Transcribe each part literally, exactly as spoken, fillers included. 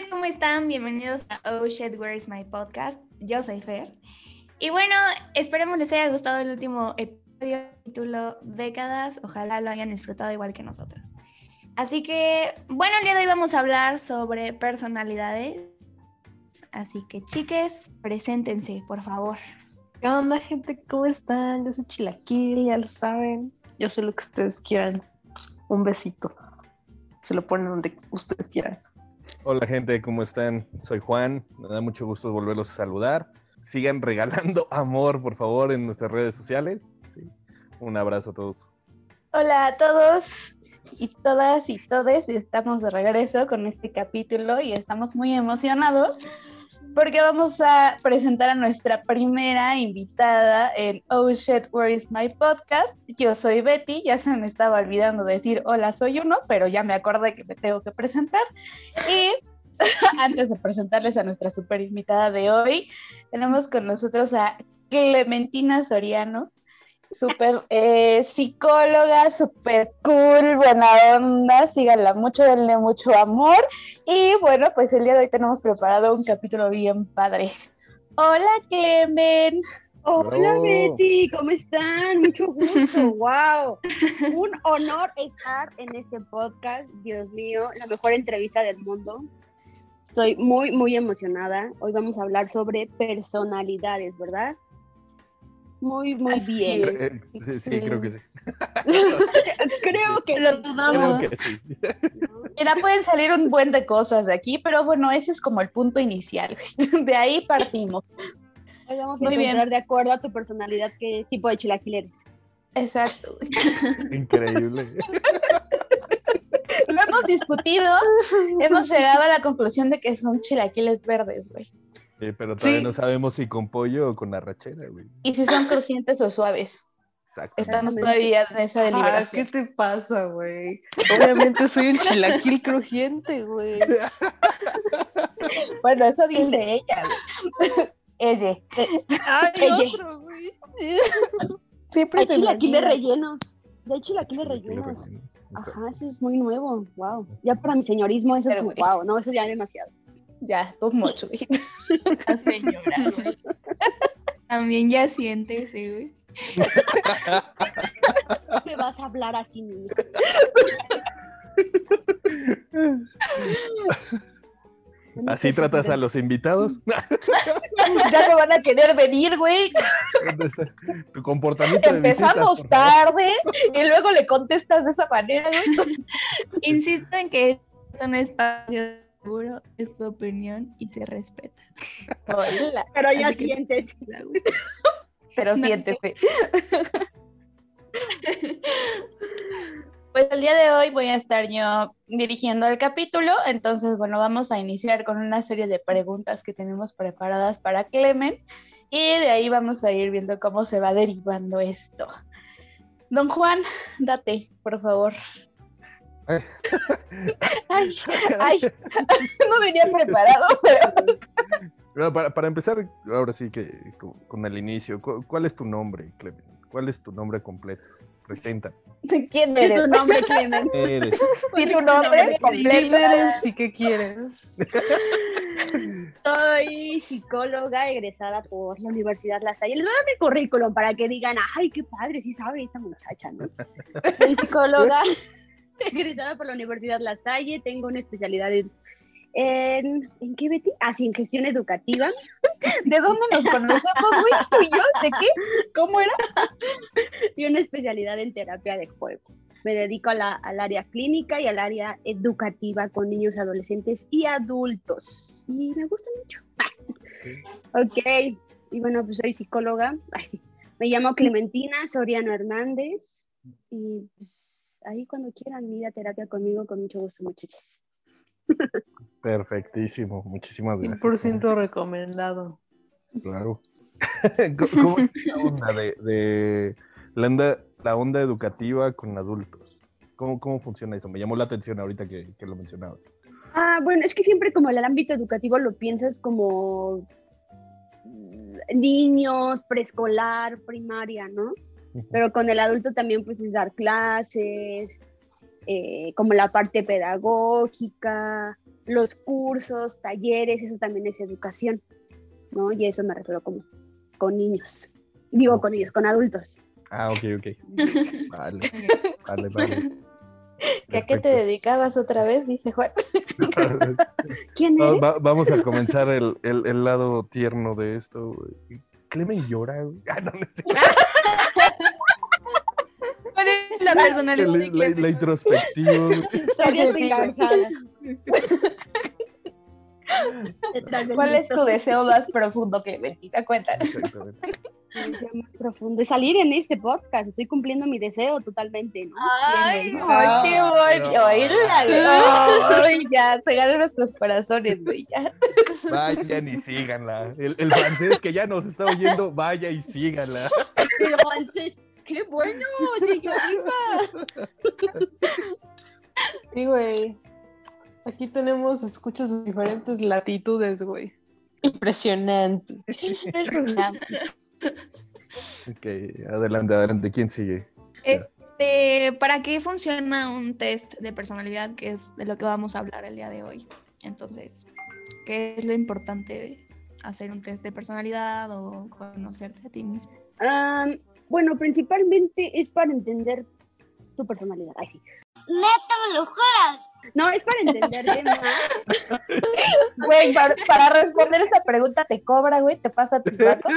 ¿cómo están? Bienvenidos a Oh Shit, Where is My Podcast. Yo soy Fer. Y bueno, esperemos les haya gustado el último episodio, título Décadas. Ojalá lo hayan disfrutado igual que nosotros. Así que, bueno, el día de hoy vamos a hablar sobre personalidades. Así que, chiques, preséntense, por favor. ¿Qué onda, gente? ¿Cómo están? Yo soy Chilaquil, ya lo saben. Yo sé lo que ustedes quieran. Un besito. Se lo ponen donde ustedes quieran. Hola, gente, ¿cómo están? Soy Juan. Me da mucho gusto volverlos a saludar. Sigan regalando amor, por favor, en nuestras redes sociales. Sí. Un abrazo a todos. Hola a todos y todas y todes. Estamos de regreso con este capítulo y estamos muy emocionados porque vamos a presentar a nuestra primera invitada en Oh Shit, Where is My Podcast. Yo soy Betty, ya se me estaba olvidando decir hola, soy uno, pero ya me acordé que me tengo que presentar. Y antes de presentarles a nuestra super invitada de hoy, tenemos con nosotros a Clementina Soriano, super eh, psicóloga, super cool, buena onda, síganla mucho, denle mucho amor. Y bueno, pues el día de hoy tenemos preparado un capítulo bien padre. Hola, Clemen. Hola, Betty, ¿cómo están? Mucho gusto, wow. Un honor estar en este podcast, Dios mío, la mejor entrevista del mundo. Estoy muy, muy emocionada. Hoy vamos a hablar sobre personalidades, ¿verdad? Muy, muy Así bien. Eh, sí, sí, sí, creo que sí. Creo que Lo sí. dudamos. Creo que sí. Mira, pueden salir un buen de cosas de aquí, pero bueno, ese es como el punto inicial. De ahí partimos. Hoy vamos a Muy encontrar bien. de acuerdo a tu personalidad qué tipo de chilaquil eres. Exacto. Increíble. Lo hemos discutido, hemos llegado a la conclusión de que son chilaquiles verdes, güey. Sí, pero todavía Sí. no sabemos si con pollo o con arrachera, güey. Y si son crujientes o suaves. Exacto. Estamos Exactamente. todavía en esa Ah, deliberación. ¿qué te pasa, güey? Obviamente soy un chilaquil crujiente, güey. Bueno, eso dice ella, güey. Ella. Ay, Ella. otro, güey. Siempre Hay se me chilaquiles olvida. rellenos. Ya hay chilaquiles rellenos. Ajá, eso es muy nuevo, wow. Ya para mi señorismo eso es Pero, como, güey. wow, no, eso ya es demasiado. Ya, too much, güey. La señora, güey. También ya siéntese, güey. Me vas a hablar así, niña. ¿Así tratas a los invitados? Ya no van a querer venir, güey. Tu comportamiento de visitas, Empezamos por favor. tarde y luego le contestas de esa manera, güey. Insisto en que es un espacio seguro, es tu opinión y se respeta. Hola. Pero ya Así que- sientes. Pero No. siéntese. Pues el día de hoy voy a estar yo dirigiendo el capítulo, entonces bueno, vamos a iniciar con una serie de preguntas que tenemos preparadas para Clemen y de ahí vamos a ir viendo cómo se va derivando esto. Don Juan, date, por favor. Ay. Ay, ay, no venía preparado, pero Bueno, para, para empezar, ahora sí que con, con el inicio, ¿cu- ¿cuál es tu nombre, Clemen? ¿Cuál es tu nombre completo? Presenta. ¿quién ¿Qué es eres? tu nombre, Clemen? Eres. Sí, tu nombre Sí, completo. ¿Quién eres y qué quieres? Soy psicóloga egresada por la Universidad La Salle. Les voy a dar mi currículum para que digan, ay, qué padre, sí sabe esa muchacha, ¿no? Soy psicóloga egresada por la Universidad La Salle. Tengo una especialidad en... ¿En, ¿en qué, Betty? Ah, sí, en gestión educativa. ¿De dónde nos conocemos, güey? ¿Tú y yo? ¿De qué? ¿Cómo era? Y una especialidad en terapia de juego. Me dedico a la, al área clínica y al área educativa con niños, adolescentes y adultos. Y me gusta mucho. Ok, y bueno, pues soy psicóloga. Ay, sí. Me llamo Clementina Soriano Hernández. Y pues ahí cuando quieran ir a terapia conmigo, con mucho gusto, muchachos. Perfectísimo, muchísimas cien gracias. por ciento recomendado. Claro. ¿Cómo es esta onda de, de la, onda, la onda educativa con adultos? ¿Cómo, ¿Cómo funciona eso? Me llamó la atención ahorita que, que lo mencionabas. Ah, bueno, es que siempre como el ámbito educativo lo piensas como niños, preescolar, primaria, ¿no? Pero con el adulto también pues es dar clases, eh, como la parte pedagógica, los cursos, talleres, eso también es educación, ¿no? Y a eso me refiero como con niños. Digo con niños, con adultos. Ah, ok, ok. Vale, vale, vale. ¿Y a qué te dedicabas otra vez? Dice Juan. ¿Quién Va- eres? va- vamos a comenzar el, el, el lado tierno de esto. güey. Clemen llora, güey. Ah, no, no sé. ¿Cuál es la personalidad La, de la- Clemente? la introspectiva. güey. Historias engarzadas. Detrás del ¿Cuál es mito. tu deseo más profundo, Clementina? Cuéntanos. Exactamente. Mi deseo más profundo es salir en este podcast. Estoy cumpliendo mi deseo totalmente, ¿no? Ay, Bien, Ay, qué bonito. Oíla, ay, ya, se ganan nuestros corazones, güey, ya. Vayan y síganla. El, el francés que ya nos está oyendo, vaya y síganla. Pero francés, qué bueno, señorita. Sí, güey. Aquí tenemos escuchas de diferentes latitudes, güey. Impresionante. Ok, adelante, adelante. ¿Quién sigue? Este, ¿para qué funciona un test de personalidad? Que es de lo que vamos a hablar el día de hoy. Entonces, ¿qué es lo importante de hacer un test de personalidad o conocerte a ti mismo? Um, bueno, principalmente es para entender tu personalidad. Ay, sí. ¿Neta me lo juras? No, es para entenderte más. Güey, para, para responder esta pregunta te cobra, güey, te pasa tus datos.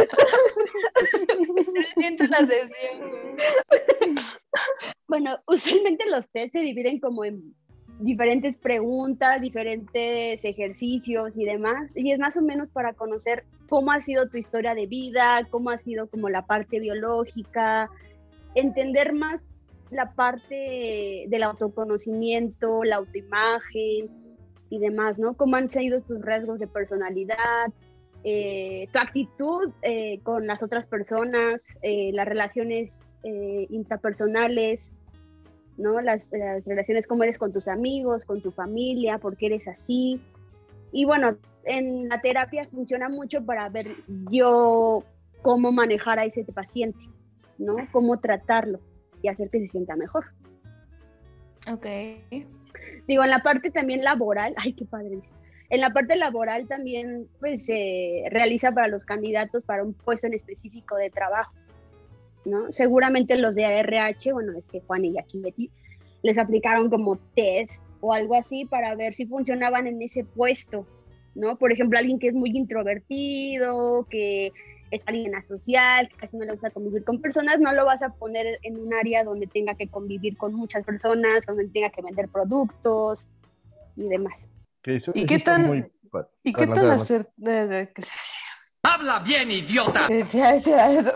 Siento la sesión. Bueno, usualmente los tests se dividen como en diferentes preguntas, diferentes ejercicios y demás, y es más o menos para conocer cómo ha sido tu historia de vida, cómo ha sido como la parte biológica, entender más la parte del autoconocimiento, la autoimagen y demás, ¿no? Cómo han sido tus rasgos de personalidad, eh, tu actitud eh, con las otras personas, eh, las relaciones eh, intrapersonales, ¿no? Las, las relaciones, cómo eres con tus amigos, con tu familia, por qué eres así. Y bueno, en la terapia funciona mucho para ver yo cómo manejar a ese paciente, ¿no? Cómo tratarlo y hacer que se sienta mejor. Ok. Digo, en la parte también laboral, ay, qué padre. En la parte laboral también, pues, se realiza para los candidatos para un puesto en específico de trabajo, ¿no? Seguramente los de A R H, bueno, es que Juan y aquí Betty, les aplicaron como test o algo así para ver si funcionaban en ese puesto, ¿no? Por ejemplo, alguien que es muy introvertido, que es alguien asocial, que casi no le gusta convivir con personas, no lo vas a poner en un área donde tenga que convivir con muchas personas, donde tenga que vender productos y demás. Que eso- ¿Y eso qué está tan- muy pa- ¿Y qué adelante, tan adelante. hacer? de- de- que- ¡Habla bien, idiota! Ya, ya, eso.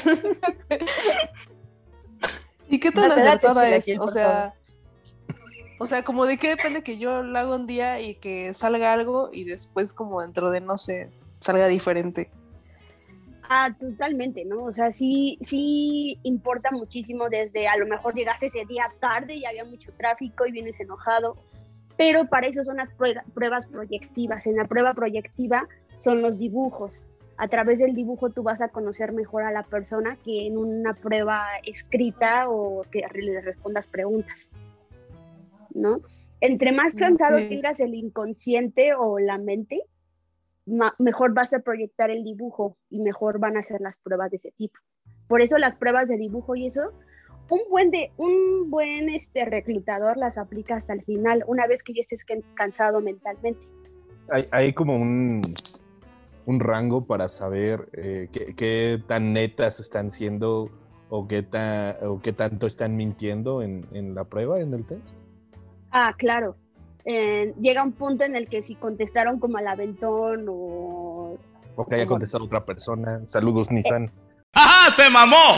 ¿Y qué tan Date, date, acertada es? Chilaquil, O por sea, o sea, como de qué depende que yo lo haga un día y que salga algo y después como dentro de, no sé, salga diferente. Ah, totalmente, ¿no? O sea, sí, sí importa muchísimo desde a lo mejor llegaste ese día tarde y había mucho tráfico y vienes enojado, pero para eso son las prue- pruebas proyectivas. En la prueba proyectiva son los dibujos. A través del dibujo tú vas a conocer mejor a la persona que en una prueba escrita o que le respondas preguntas, ¿no? Entre más cansado Ok. tengas el inconsciente o la mente, ma- mejor vas a proyectar el dibujo y mejor van a ser las pruebas de ese tipo. Por eso las pruebas de dibujo y eso, un buen, de, un buen este, reclutador las aplica hasta el final, una vez que ya estés can- cansado mentalmente. Hay, hay como un, un rango para saber eh, qué, qué tan netas están siendo o qué, ta- o qué tanto están mintiendo en, en la prueba, en el test. Ah, claro. Eh, llega un punto en el que si contestaron como al aventón o... O que haya Como- contestado otra persona. Saludos, Nissan. ¡Ajá, se mamó!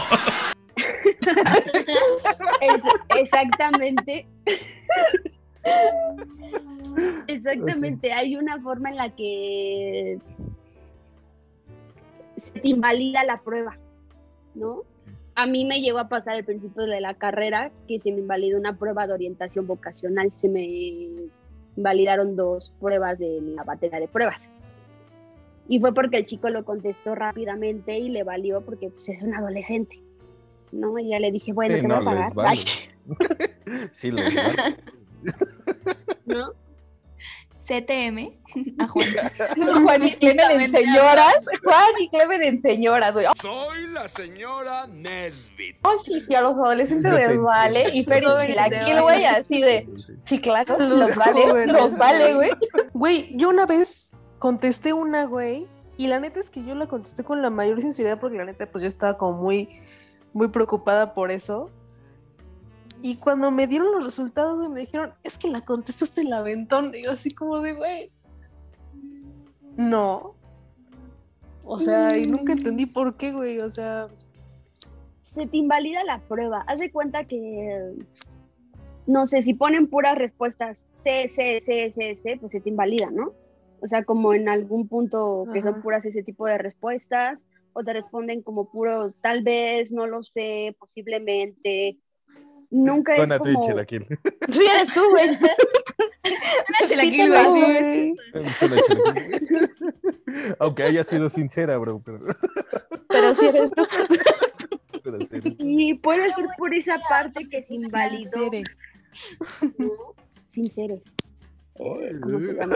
Es- exactamente. Exactamente. Hay una forma en la que se te invalida la prueba, ¿no? A mí me llegó a pasar al principio de la carrera que se me invalidó una prueba de orientación vocacional. Se me invalidaron dos pruebas de la batería de pruebas. Y fue porque el chico lo contestó rápidamente y le valió porque pues, es un adolescente, ¿no? Y ya le dije, bueno, Sí, te no, voy a les pagar. vale. Ay, Sí, les vale. ¿no? C T M a Juan. Juan y Clemen en señoras. Juan y Clemen en señoras, güey. Soy la señora Nesbit. Oh, sí, sí, a los adolescentes No te les vale. Y Fer y Jóvenes Chilaquil, de güey, hoy. así de, sí, claro, Los los vale, jóvenes, los vale, güey. güey. Güey, yo una vez contesté una, güey, y la neta es que yo la contesté con la mayor sinceridad porque la neta, pues yo estaba como muy, muy preocupada por eso. Y cuando me dieron los resultados, güey, me dijeron, es que la contestaste en el aventón. Y yo así como de, güey, no. O sea, y nunca entendí por qué, güey, o sea... Se te invalida la prueba. Haz de cuenta que, no sé, si ponen puras respuestas C, C, C, C, C, pues se te invalida, ¿no? O sea, como en algún punto que son Ajá. puras ese tipo de respuestas, o te responden como puros tal vez, no lo sé, posiblemente. Nunca Suena es a ti, como... Chilaquil. Sí eres tú, güey. Una Chilaquil, Sí, güey, No, sí. güey. Suena a Chilaquil. Aunque haya sido sincera, bro. Pero, Pero sí eres tú. pero sí. Sí, puede ser por esa parte que se invalidó. Sincere. ¿No? Sincero. Eh, ¿Cómo se llama?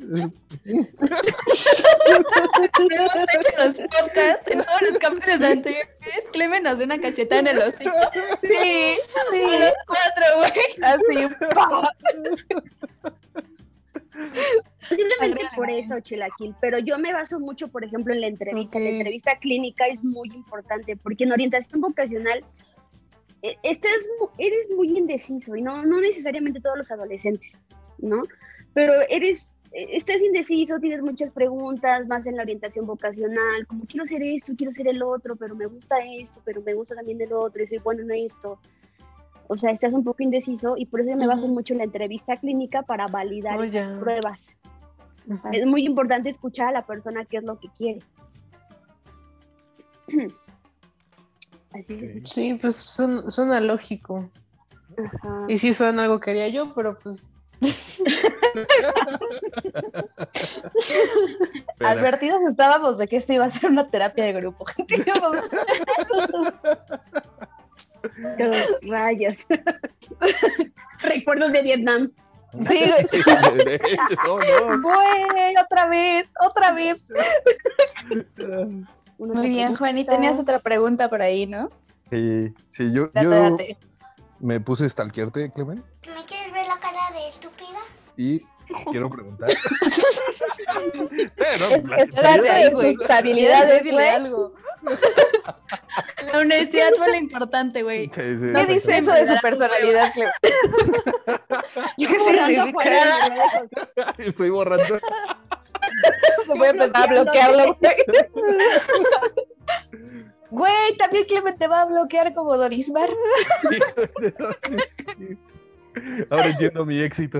Hemos hecho los podcasts en todos los capítulos anteriores. Clemen nos da una cachetada en el hocico. Sí, sí. A los cuatro, güey. Así, ¡pah! Posiblemente Agrégale. por eso, Chilaquil, pero yo me baso mucho, por ejemplo, en la entrevista. Ok. La entrevista clínica es muy importante porque en orientación vocacional eh, estás, mu- eres muy indeciso y no, no necesariamente todos los adolescentes, ¿no? Pero eres, eh, estás indeciso, tienes muchas preguntas, más en la orientación vocacional, como quiero ser esto, quiero ser el otro, pero me gusta esto, pero me gusta también el otro y soy bueno en esto. O sea, estás un poco indeciso y por eso yo me baso Ujú. mucho en la entrevista clínica para validar Oh, esas ya. pruebas. Ajá. Es muy importante escuchar a la persona qué es lo que quiere. Así es. Sí, pues son- suena lógico. Ajá. Y sí suena algo que haría yo, pero pues... Espera. Advertidos estábamos de que esto iba a ser una terapia de grupo. Todos rayos. Recuerdos de Vietnam. Sí, güey. Sí, de hecho, no, no. Güey, otra vez, otra vez. Una Muy bien, pregunta. Juan, y tenías otra pregunta por ahí, ¿no? Sí, sí, yo, Date, yo date. me puse a stalkearte, Clemen, ¿Me quieres ver la cara de estúpida? y quiero preguntar. Pero, Es la que sinceridad- de sus habilidades, Dile güey. algo. La honestidad fue lo importante, güey. Sí, sí, ¿Qué dice exactamente. eso de su personalidad, Cleo? ¿Qué Borrando significa fuera eso? de redes sociales. Estoy borrando. Voy a empezar a bloquearlo, güey. Güey, también Clemente te va a bloquear como Dorismar. Sí, sí. Ahora entiendo mi éxito.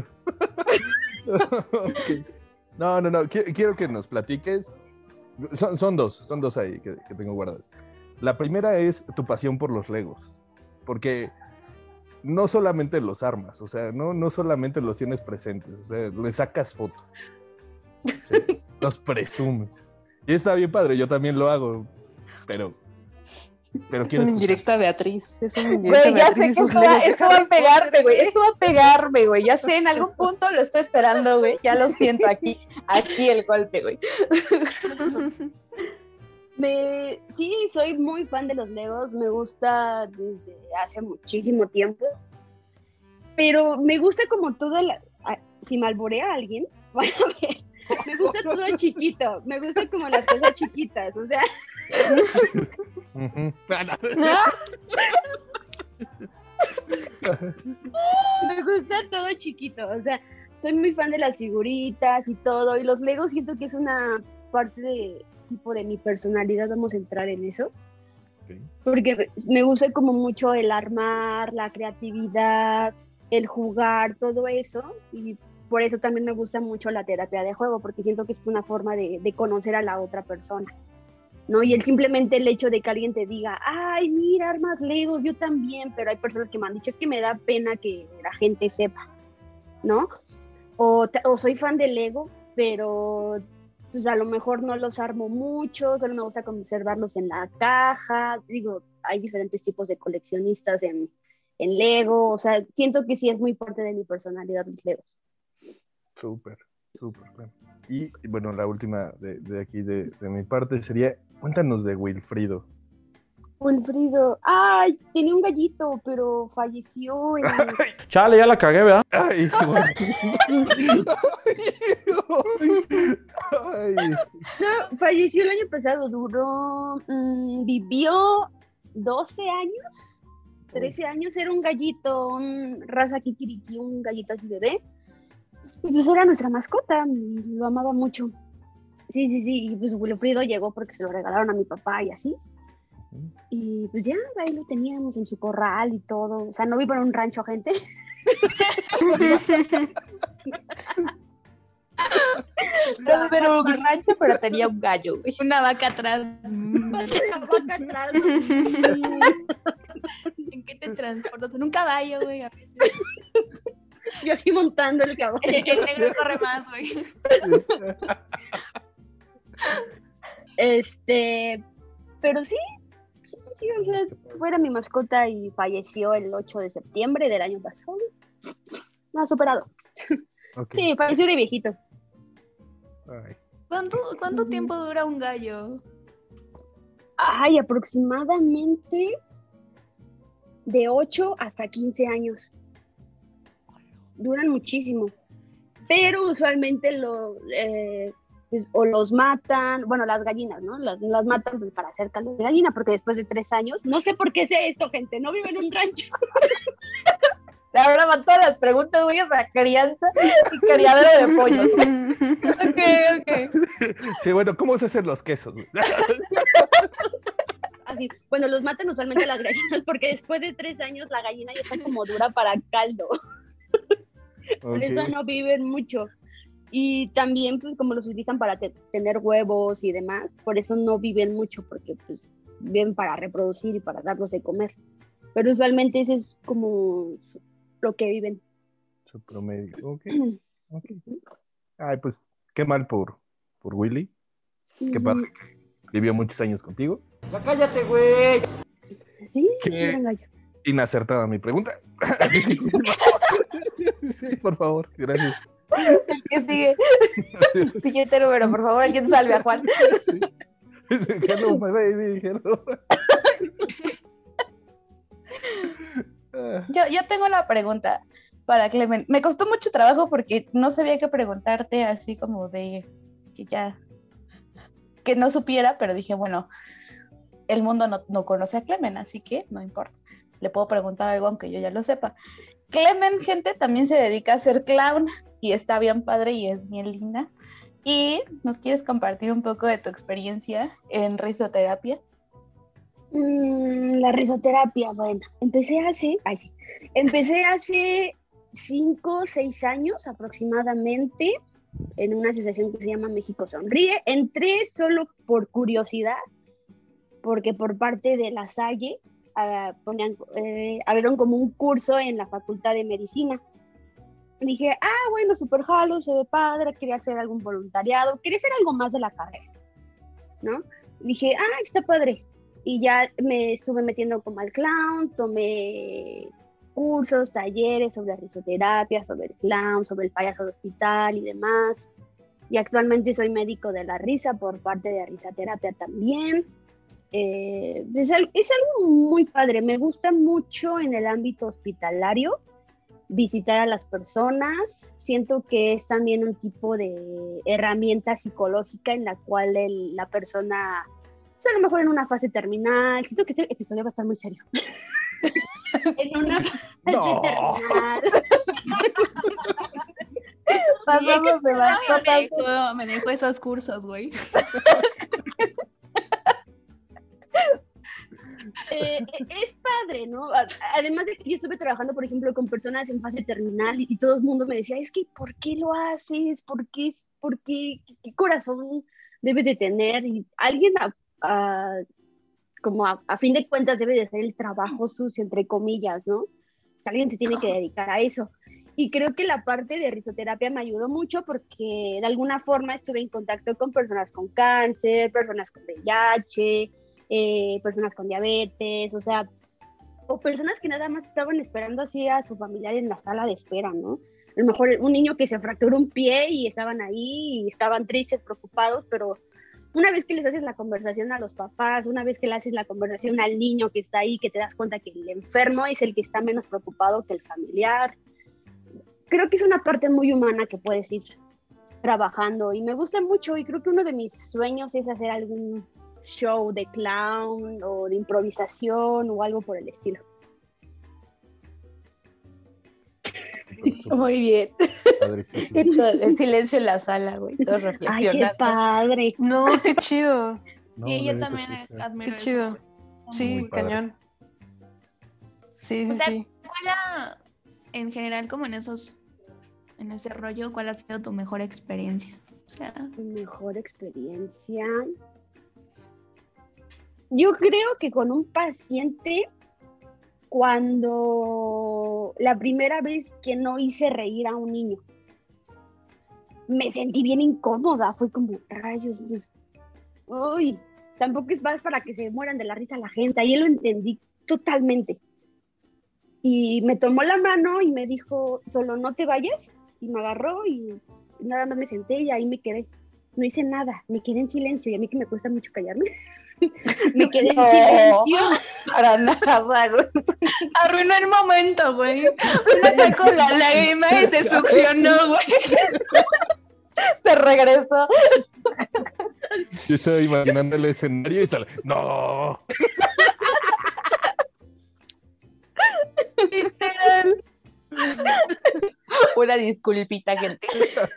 Ok. No, no, no. Qui- Quiero que nos platiques. Son, son dos, son dos ahí que, que tengo guardadas. La primera es tu pasión por los Legos. Porque no solamente los armas, o sea, no, no solamente los tienes presentes, o sea, le sacas foto. ¿Sí? Los presumes. Y está bien padre, yo también lo hago, pero. pero Es quiero una escuchar. indirecta a Beatriz. Es una indirecta Güey, a ya sé Beatriz que y sus esto va, legos de esto va a Harry pegarte, Potter, güey. Esto va a pegarme, güey. Ya sé, en algún punto lo estoy esperando, güey. Ya lo siento aquí. Aquí el golpe, güey. Me, sí, soy muy fan de los Legos, me gusta desde hace muchísimo tiempo, pero me gusta como todo, la, a- si me alburea a alguien, van a ver, me gusta todo chiquito, me gusta como las cosas chiquitas, o sea, Ujú. me gusta todo chiquito, o sea, soy muy fan de las figuritas y todo, y los Legos siento que es una parte de tipo de mi personalidad, vamos a entrar en eso. Ok. Porque me gusta como mucho el armar, la creatividad, el jugar, todo eso. Y por eso también me gusta mucho la terapia de juego, porque siento que es una forma de, de conocer a la otra persona, ¿no? Y el simplemente el hecho de que alguien te diga, ay, mira, armas Legos, yo también, pero hay personas que me han dicho, es que me da pena que la gente sepa, ¿no? O, te- o soy fan del Lego, pero pues a lo mejor no los armo mucho, solo me gusta conservarlos en la caja. Digo, hay diferentes tipos de coleccionistas en, en Lego, o sea, siento que sí es muy parte de mi personalidad los Legos. Súper. Súper bien. Y bueno, la última de, de aquí de, de mi parte sería, cuéntanos de Wilfrido. Wilfrido, ay, tenía un gallito, pero falleció en... Chale, ya la cagué, ¿verdad? Ay, bueno. Ay, este, No, falleció el año pasado, duró, mm, vivió doce años, trece años, era un gallito, un raza kikiriki, un gallito así bebé. Y pues era nuestra mascota, mm, lo amaba mucho. Sí, sí, sí, y pues Wilfrido llegó porque se lo regalaron a mi papá y así. Y pues ya, ahí lo teníamos en su corral y todo. O sea, no vivo en un rancho, gente. No, pero un rancho, pero tenía un gallo, güey. Una vaca atrás. Una vaca atrás. ¿En qué te transportas? En un caballo, güey. A veces. Yo así montando el caballo. El negro corre más, güey. Este, pero sí, sí, sí, o sea, fuera mi mascota y falleció el ocho de septiembre del año pasado. No ha superado. okay. Sí, falleció de viejito. Ay. ¿Cuánto, cuánto tiempo dura un gallo? Ay, aproximadamente de ocho hasta quince años. Duran muchísimo. Pero usualmente lo, eh, pues, o los matan, bueno, las gallinas, ¿no? Las, las matan pues, para hacer caldo de gallina, porque después de tres años, no sé por qué sé esto, gente, no vivo en un rancho. Ahora van todas las preguntas, güey, o sea, crianza y criadero de pollos. Ok, ok. Sí, bueno, ¿cómo se hacen los quesos? Así, bueno, los matan usualmente las gallinas, porque después de tres años la gallina ya está como dura para caldo. Por Okay. eso no viven mucho. Y también, pues, como los utilizan para te- tener huevos y demás, por eso no viven mucho, porque, pues, viven para reproducir y para darlos de comer. Pero usualmente ese es como lo que viven. Su promedio. Okay. Okay. Ay, pues, qué mal por, por Willy. Qué padre que vivió muchos años contigo. ¡Ya cállate, güey! Sí, ¿Qué? era un gallo. Inacertada mi pregunta. Sí, por favor, gracias. El que sigue. Sí. Siguiente número, por favor, alguien salve a Juan. Sí. Hello, my baby, hello. Ah, Yo, yo tengo la pregunta para Clemen. Me costó mucho trabajo porque no sabía qué preguntarte, así como de que ya, que no supiera, pero dije, bueno, el mundo no, no conoce a Clemen, así que no importa. Le puedo preguntar algo aunque yo ya lo sepa. Clemen, gente, también se dedica a ser clown y está bien padre y es bien linda. ¿Y nos quieres compartir un poco de tu experiencia en risoterapia? Mm, la risoterapia, bueno, empecé hace, ay, sí, empecé hace cinco o seis años aproximadamente en una asociación que se llama México Sonríe. Entré solo por curiosidad, porque por parte de la Salle uh, ponían, eh, abrieron como un curso en la Facultad de Medicina. Dije, ah, bueno, super jalo, se ve padre, quería hacer algún voluntariado, quería hacer algo más de la carrera, ¿no? Dije, ah, está padre. Y ya me estuve metiendo como al clown, tomé cursos, talleres sobre risoterapia, sobre el clown, sobre el payaso de hospital y demás. Y actualmente soy médico de la risa por parte de risoterapia también. Eh, es, al- es algo muy padre, me gusta mucho en el ámbito hospitalario visitar a las personas. Siento que es también un tipo de herramienta psicológica en la cual el- la persona, o sea, a lo mejor en una fase terminal, siento que este episodio va a estar muy serio. En una fase No. terminal. Pasamos de Me mascotas. dejó, me dejó esos cursos, güey. Eh, eh, es padre, ¿no? A- Además de que yo estuve trabajando, por ejemplo, con personas en fase terminal y, y todo el mundo me decía, es que ¿por qué lo haces? ¿Por qué? ¿Por qué? ¿Qué, qué corazón debes de tener? Y alguien, a, a- como a, a fin de cuentas, debe de hacer el trabajo sucio, entre comillas, ¿no? Alguien se tiene que dedicar a eso. Y creo que la parte de risoterapia me ayudó mucho porque de alguna forma estuve en contacto con personas con cáncer, personas con V I H, eh, personas con diabetes, o sea, o personas que nada más estaban esperando así a su familiar en la sala de espera, ¿no? A lo mejor un niño que se fracturó un pie y estaban ahí y estaban tristes, preocupados, pero una vez que les haces la conversación a los papás, una vez que le haces la conversación al niño que está ahí, que te das cuenta que el enfermo es el que está menos preocupado que el familiar. Creo que es una parte muy humana que puedes ir trabajando y me gusta mucho, y creo que uno de mis sueños es hacer algún show de clown o de improvisación o algo por el estilo. Muy bien. Padrísimo. Y todo el silencio en la sala, güey. Todos ¡Ay, qué reflexionando. padre! No, qué chido. No, Sí, la yo neta, también sí, sí. admiro Qué eso. chido. Sí, Muy padre. cañón. Sí, sí, O sea, sí. ¿cuál ha- en general, como en esos, en ese rollo, cuál ha sido tu mejor experiencia? O sea, Mejor experiencia. Yo creo que con un paciente, cuando la primera vez que no hice reír a un niño, me sentí bien incómoda. Fue como, rayos, pues, uy, tampoco es más para que se mueran de la risa la gente. Ahí lo entendí totalmente. Y me tomó la mano y me dijo, solo no te vayas. Y me agarró y nada más me senté y ahí me quedé. No hice nada, me quedé en silencio. Y a mí que me cuesta mucho callarme, me quedé en No. silencio. Para nada, güey. arruinó el momento, güey. Una sacó la lágrima y se succionó, güey. Se regresó. Yo estaba imaginando el escenario y sale. ¡No! Literal. Una disculpita, gente.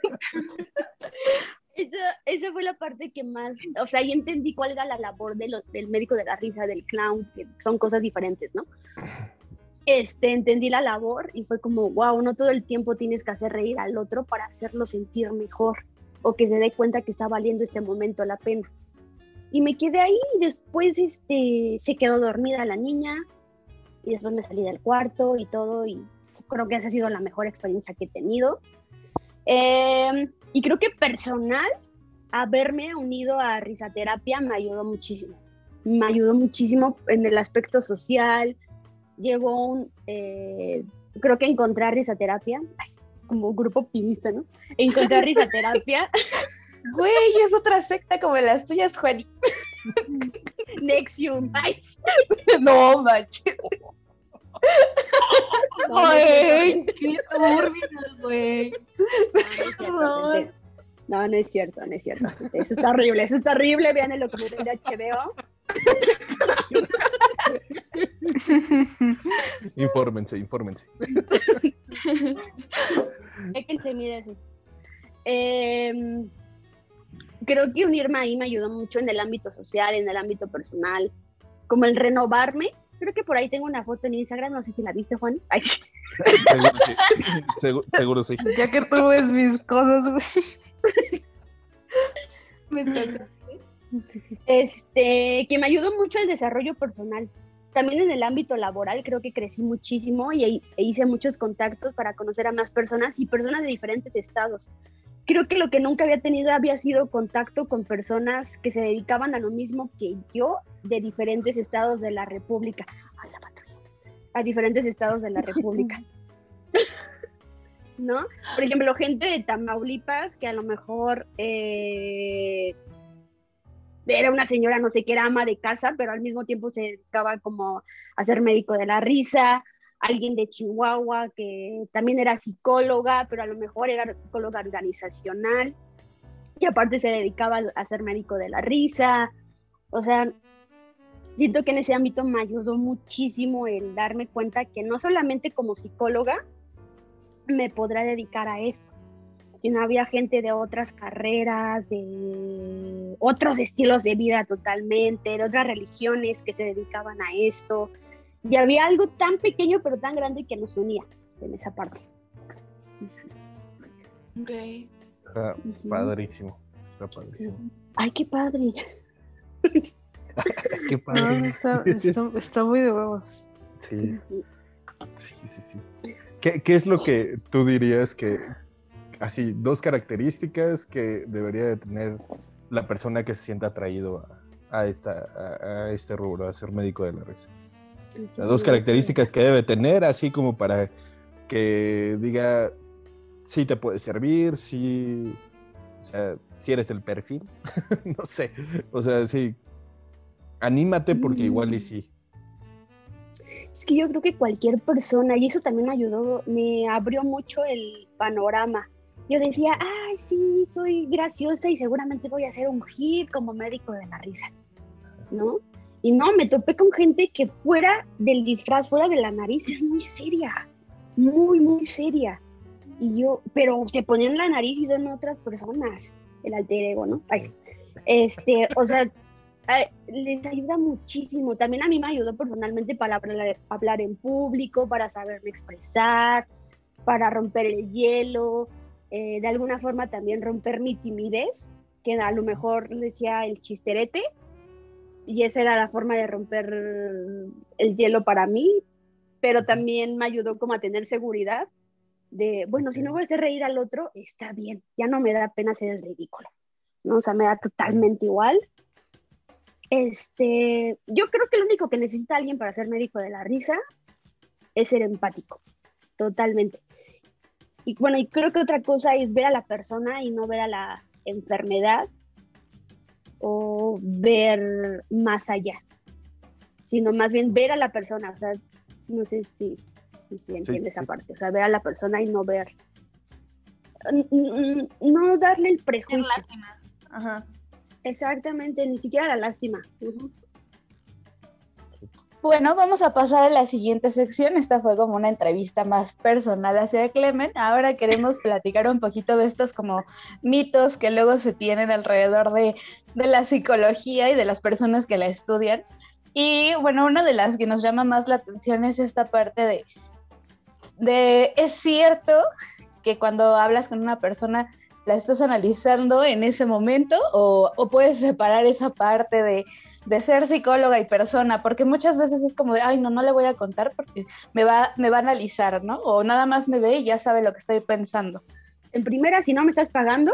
Esa, esa fue la parte que más, o sea, ahí entendí cuál era la labor de lo- del médico de la risa, del clown, que son cosas diferentes, ¿no? Este, entendí la labor y fue como, wow, no todo el tiempo tienes que hacer reír al otro para hacerlo sentir mejor o que se dé cuenta que está valiendo este momento la pena. Y me quedé ahí y después este, se quedó dormida la niña y después me salí del cuarto y todo, y creo que esa ha sido la mejor experiencia que he tenido. Eh, y creo que personal, haberme unido a risaterapia me ayudó muchísimo. Me ayudó muchísimo en el aspecto social. Llegó un, eh, creo que encontrar risaterapia, ay, como un grupo optimista, ¿no? Encontrar risaterapia. Güey, es otra secta como las tuyas, Juan. Nexium. Ay, No, manches. Güey, qué turbio, güey. no, no es cierto, gente. No, no es cierto, no es cierto. Eso está horrible, eso está horrible. Vean el documental de H B O. Infórmense, infórmense. Déjense, mírense. Eh, creo que unirme ahí me ayudó mucho en el ámbito social, en el ámbito personal, como el renovarme. Creo que por ahí tengo una foto en Instagram, no sé si la viste, Juan. Ay, sí. Seguro, sí. Seguro, seguro sí. Ya que tú ves mis cosas, güey. Me toca. Este, que me ayudó mucho el desarrollo personal. También en el ámbito laboral creo que crecí muchísimo y e- e hice muchos contactos para conocer a más personas y personas de diferentes estados. Creo que lo que nunca había tenido había sido contacto con personas que se dedicaban a lo mismo que yo, de diferentes estados de la República. ¡Ay, la patrulla! A diferentes estados de la República. ¿No? Por ejemplo, gente de Tamaulipas que a lo mejor eh, era una señora, no sé qué, era ama de casa, pero al mismo tiempo se dedicaba como a ser médico de la risa. Alguien de Chihuahua que también era psicóloga, pero a lo mejor era psicóloga organizacional y aparte se dedicaba a ser médico de la risa. O sea, siento que en ese ámbito me ayudó muchísimo el darme cuenta que no solamente como psicóloga me podrá dedicar a esto, sino había gente de otras carreras, de otros estilos de vida totalmente, de otras religiones que se dedicaban a esto. Y había algo tan pequeño pero tan grande que nos unía en esa parte. Ok. Está padrísimo. Está padrísimo. Ay, qué padre. Qué No, padre. está, está, está muy de huevos. Sí, sí, sí, sí. ¿Qué, qué es lo que tú dirías que, así, dos características que debería de tener la persona que se sienta atraído a, a, esta, a, a este rubro, a ser médico de la risa? Las dos características que debe tener, así como para que diga, sí te puede servir, sí, o sea, si eres el perfil, no sé, o sea, sí, anímate porque igual y sí. Es que yo creo que cualquier persona, y eso también me ayudó, me abrió mucho el panorama. Yo decía, ay, sí, soy graciosa y seguramente voy a hacer un hit como médico de la risa, ¿no? Y no, me topé con gente que fuera del disfraz, fuera de la nariz, es muy seria, muy, muy seria. Y yo, pero se ponían la nariz y son otras personas, el alter ego, ¿no? Ay, este, o sea, ay, les ayuda muchísimo. También a mí me ayudó personalmente para hablar, hablar en público, para saberme expresar, para romper el hielo, eh, de alguna forma también romper mi timidez, que a lo mejor decía el chisterete, y esa era la forma de romper el hielo para mí, pero también me ayudó como a tener seguridad de, bueno, si no voy a hacer reír al otro, está bien, ya no me da pena hacer el ridículo, ¿no? O sea, me da totalmente igual. Este, yo creo que lo único que necesita alguien para ser médico de la risa es ser empático, totalmente. Y bueno, y creo que otra cosa es ver a la persona y no ver a la enfermedad o ver más allá, sino más bien ver a la persona, o sea, no sé si, si, si entiende sí, esa sí. parte, o sea, ver a la persona y no ver, no darle el prejuicio. La lástima. Ajá. Exactamente, ni siquiera la lástima. Uh-huh. Bueno, vamos a pasar a la siguiente sección. Esta fue como una entrevista más personal hacia Clemen. Ahora queremos platicar un poquito de estos como mitos que luego se tienen alrededor de, de la psicología y de las personas que la estudian. Y bueno, una de las que nos llama más la atención es esta parte de, de es cierto que cuando hablas con una persona la estás analizando en ese momento o, o puedes separar esa parte de, de ser psicóloga y persona, porque muchas veces es como de, ay, no, no le voy a contar porque me va, me va a analizar, ¿no? O nada más me ve y ya sabe lo que estoy pensando. En primera, si no me estás pagando,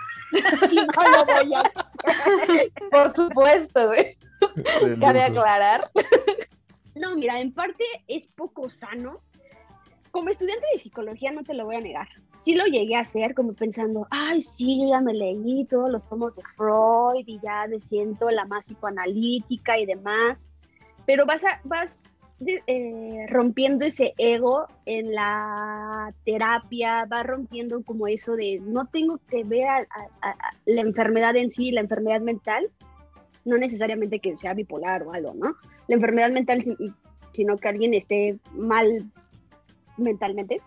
no lo voy a hacer. Por supuesto, güey. Cabe aclarar. No, mira, en parte es poco sano. Como estudiante de psicología no te lo voy a negar. Sí lo llegué a hacer como pensando, ay, sí, yo ya me leí todos los tomos de Freud y ya me siento la más psicoanalítica y demás. Pero vas, a, vas eh, rompiendo ese ego en la terapia, vas rompiendo como eso de no tengo que ver a, a, a la enfermedad en sí, la enfermedad mental, no necesariamente que sea bipolar o algo, ¿no? La enfermedad mental, sino que alguien esté mal mentalmente,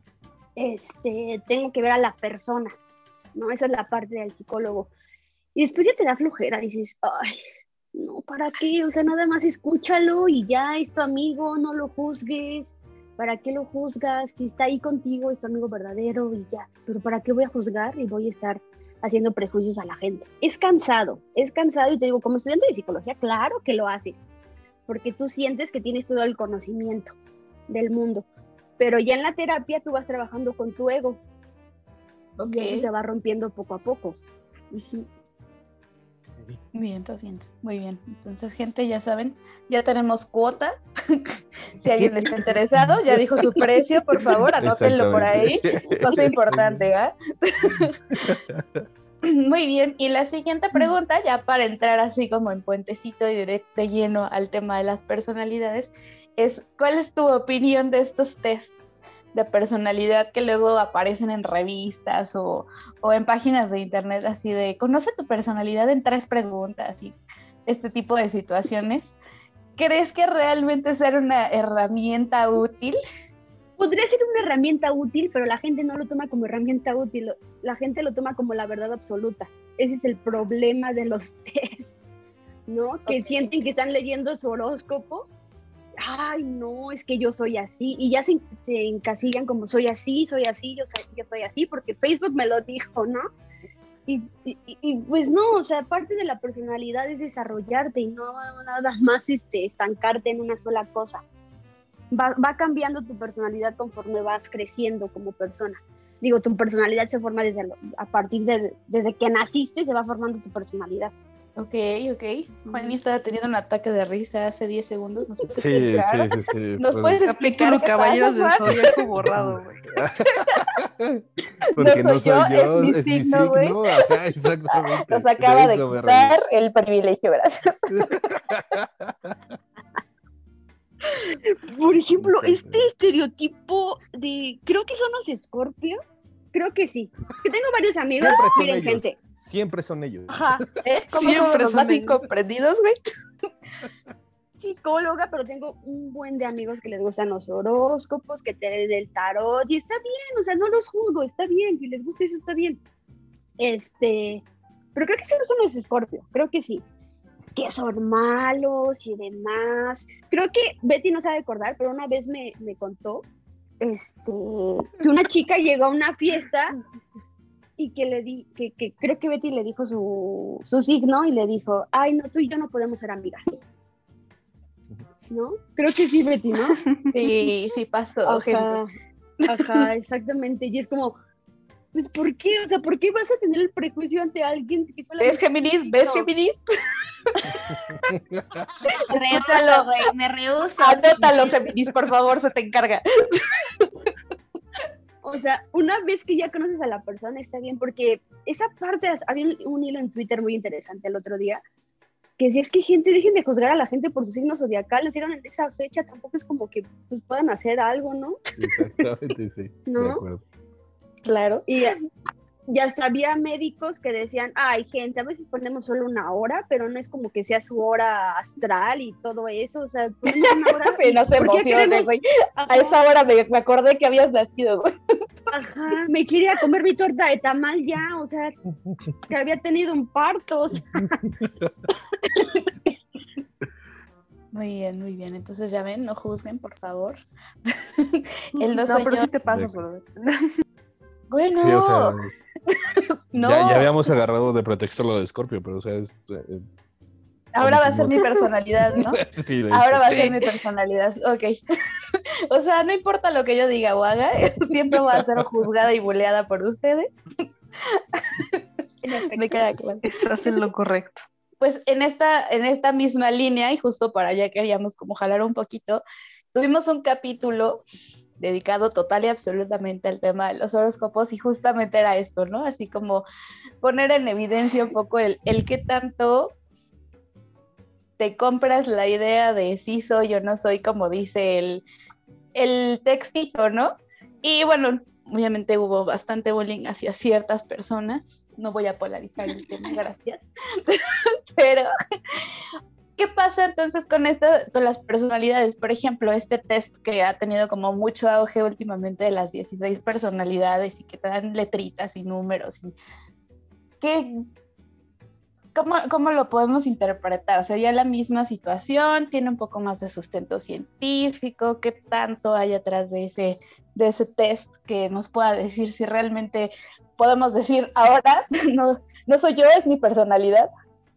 este, tengo que ver a la persona, ¿no? Esa es la parte del psicólogo. Y después ya te da flojera, dices, ay, no, ¿para qué? O sea, nada más escúchalo y ya es tu amigo, no lo juzgues. ¿Para qué lo juzgas? Si está ahí contigo, es tu amigo verdadero y ya. Pero ¿para qué voy a juzgar y voy a estar haciendo prejuicios a la gente? Es cansado, es cansado y te digo, como estudiante de psicología, claro que lo haces, porque tú sientes que tienes todo el conocimiento del mundo. Pero ya en la terapia tú vas trabajando con tu ego. Ok. Y se va rompiendo poco a poco. Uh-huh. Bien, entonces, muy bien. Entonces, gente, ya saben, ya tenemos cuota. Si alguien está interesado, ya dijo su precio, por favor, anótenlo por ahí. Cosa importante, ¿verdad? Muy bien, y la siguiente pregunta, ya para entrar así como en puentecito y de, de lleno al tema de las personalidades, es, ¿cuál es tu opinión de estos test de personalidad que luego aparecen en revistas o, o en páginas de internet así de, conoce tu personalidad en tres preguntas y este tipo de situaciones? ¿Crees que realmente sea una herramienta útil? Podría ser una herramienta útil, pero la gente no lo toma como herramienta útil, la gente lo toma como la verdad absoluta. Ese es el problema de los test, ¿no? Que okay. Sienten que están leyendo su horóscopo. Ay, no, es que yo soy así, y ya se, se encasillan como soy así, soy así, yo soy, yo soy así, porque Facebook me lo dijo, ¿no? Y, y, y pues no, o sea, parte de la personalidad es desarrollarte y no nada más este, estancarte en una sola cosa. Va, va cambiando tu personalidad conforme vas creciendo como persona. Digo, tu personalidad se forma desde a partir de desde que naciste, se va formando tu personalidad. Ok, ok. Juani estaba teniendo un ataque de risa hace diez segundos. ¿Nos puedes Sí, sí, explicar? sí, sí. ¿Nos por- puedes explicar Capítulo qué Caballeros del pasa, Juan? Zodiaco borrado, güey. Porque No no soy soy yo, yo, es mi es mi signo, güey. signo. Ajá, exactamente. Nos acaba de eso me reí. quitar el privilegio, gracias. Por ejemplo, Exacto. este estereotipo de, creo que son los Scorpio, creo que sí. Que tengo varios amigos, Siempre son miren, ellos. gente. Siempre son ellos. Ajá, ¿Eh? ¿Cómo Siempre somos los son más ellos. incomprendidos, güey? psicóloga, pero tengo un buen de amigos que les gustan los horóscopos, que te leen el tarot, y está bien, o sea, no los juzgo, está bien, si les gusta eso está bien. Este, pero creo que sí no son los Scorpio, creo que sí. Que son malos y demás. Creo que Betty no sabe acordar, pero una vez me, me contó este, que una chica llegó a una fiesta y que le di, que, que creo que Betty le dijo su, su signo y le dijo, ay, no, tú y yo no podemos ser amigas. ¿No? Creo que sí, Betty, ¿no? Sí, sí pasó, gente. Ajá, ajá, exactamente. Y es como, pues, ¿por qué? O sea, ¿por qué vas a tener el prejuicio ante alguien que solamente... ¿Ves, Géminis? ¿Ves, No. Géminis? Me rehuso, güey, me rehuso. Anótalo, Géminis, por favor, se te encarga. O sea, una vez que ya conoces a la persona está bien, porque esa parte, había un, un hilo en Twitter muy interesante el otro día, que si es que gente, dejen de juzgar a la gente por su signo zodiacal, nacieron en esa fecha, tampoco es como que pues, puedan hacer algo, ¿no? Exactamente, sí. ¿No? De acuerdo. Claro. Y, y hasta había médicos que decían, ay, gente, a veces ponemos solo una hora, pero no es como que sea su hora astral y todo eso, o sea, ponemos una hora. Sí, no se ¿por qué emocione, queremos- güey. A Ajá, esa hora me, me acordé que habías nacido, güey. ajá, me quería comer mi torta de tamal ya, o sea, que había tenido un parto, o sea, Muy bien, muy bien. Entonces, ya ven, no juzguen, por favor. Él no, No, soy pero yo. sí te pasas, bro. Bueno, Sí, o sea, no. ya, ya habíamos agarrado de pretexto lo de Scorpio, pero o sea, es, eh, Ahora va a ser mi personalidad, ¿no? sí, de Ahora hecho, va a sí. ser mi personalidad, ok. O sea, no importa lo que yo diga o haga, siempre voy a ser juzgada y buleada por ustedes. Me queda claro. Estás en lo correcto. Pues en esta, en esta misma línea, y justo para allá queríamos como jalar un poquito, tuvimos un capítulo dedicado total y absolutamente al tema de los horóscopos y justamente era esto, ¿no? Así como poner en evidencia un poco el, el qué tanto te compras la idea de sí soy o no soy, como dice el, el textito, ¿no? Y bueno, obviamente hubo bastante bullying hacia ciertas personas. No voy a polarizar el tema, gracias. Pero, ¿qué pasa entonces con, esta, con las personalidades? Por ejemplo, este test que ha tenido como mucho auge últimamente de las dieciséis personalidades y que te dan letritas y números. Y ¿qué, cómo, ¿Cómo lo podemos interpretar? ¿Sería la misma situación? ¿Tiene un poco más de sustento científico? ¿Qué tanto hay atrás de ese, de ese test que nos pueda decir si realmente podemos decir ahora no, no soy yo, es mi personalidad?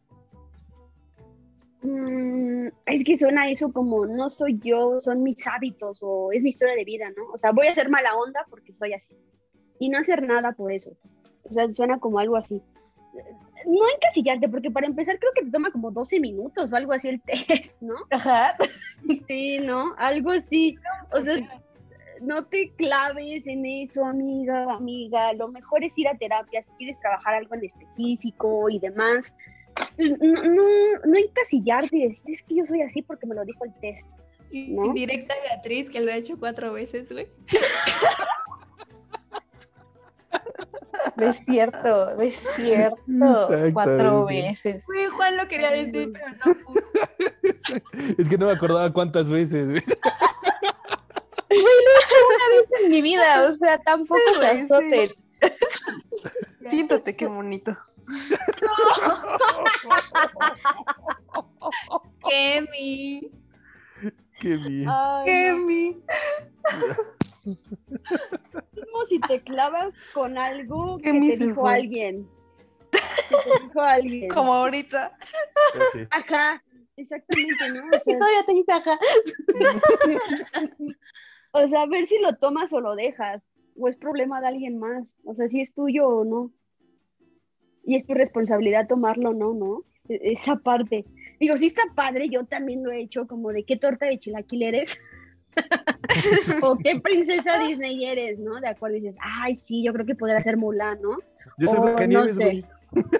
Mm, es que suena eso como no soy yo, son mis hábitos o es mi historia de vida, ¿no? O sea, voy a ser mala onda porque soy así y no hacer nada por eso. O sea, suena como algo así. No encasillarte, porque para empezar creo que te toma como doce minutos o algo así el test, ¿no? Ajá. Sí, ¿no? Algo así. O sea, no te claves en eso, amiga, amiga. Lo mejor es ir a terapia si quieres trabajar algo en específico y demás. Pues no, no, no encasillarte y decir, es que yo soy así porque me lo dijo el test. Y ¿no? indirecta a Beatriz, que lo ha hecho cuatro veces, güey. Es cierto, es cierto. Exactamente. Cuatro veces. Güey, Juan lo quería decir, pero no pudo. Es que no me acordaba cuántas veces, güey. Una vez en mi vida, o sea, tampoco Sí, se güey, azoten. sí. Siéntate, qué bonito. Kemi. Qué bien. Ay, Qué no. mi. Es como si te clavas con algo Qué que te mi se dijo fue. alguien. Que te dijo alguien. Como ahorita. Sí. Ajá, exactamente, ¿no? O Y sea, todavía te dice, ajá. o sea, a ver si lo tomas o lo dejas, o es problema de alguien más, o sea, si es tuyo o no. Y es tu responsabilidad tomarlo o no, ¿no? esa parte. Digo, sí está padre, yo también lo he hecho, como de qué torta de chilaquil eres, o qué princesa Disney eres, ¿no? De acuerdo, dices, ay, sí, yo creo que podría ser Mulan, ¿no? Yo soy O Blancanieves, no sé. güey.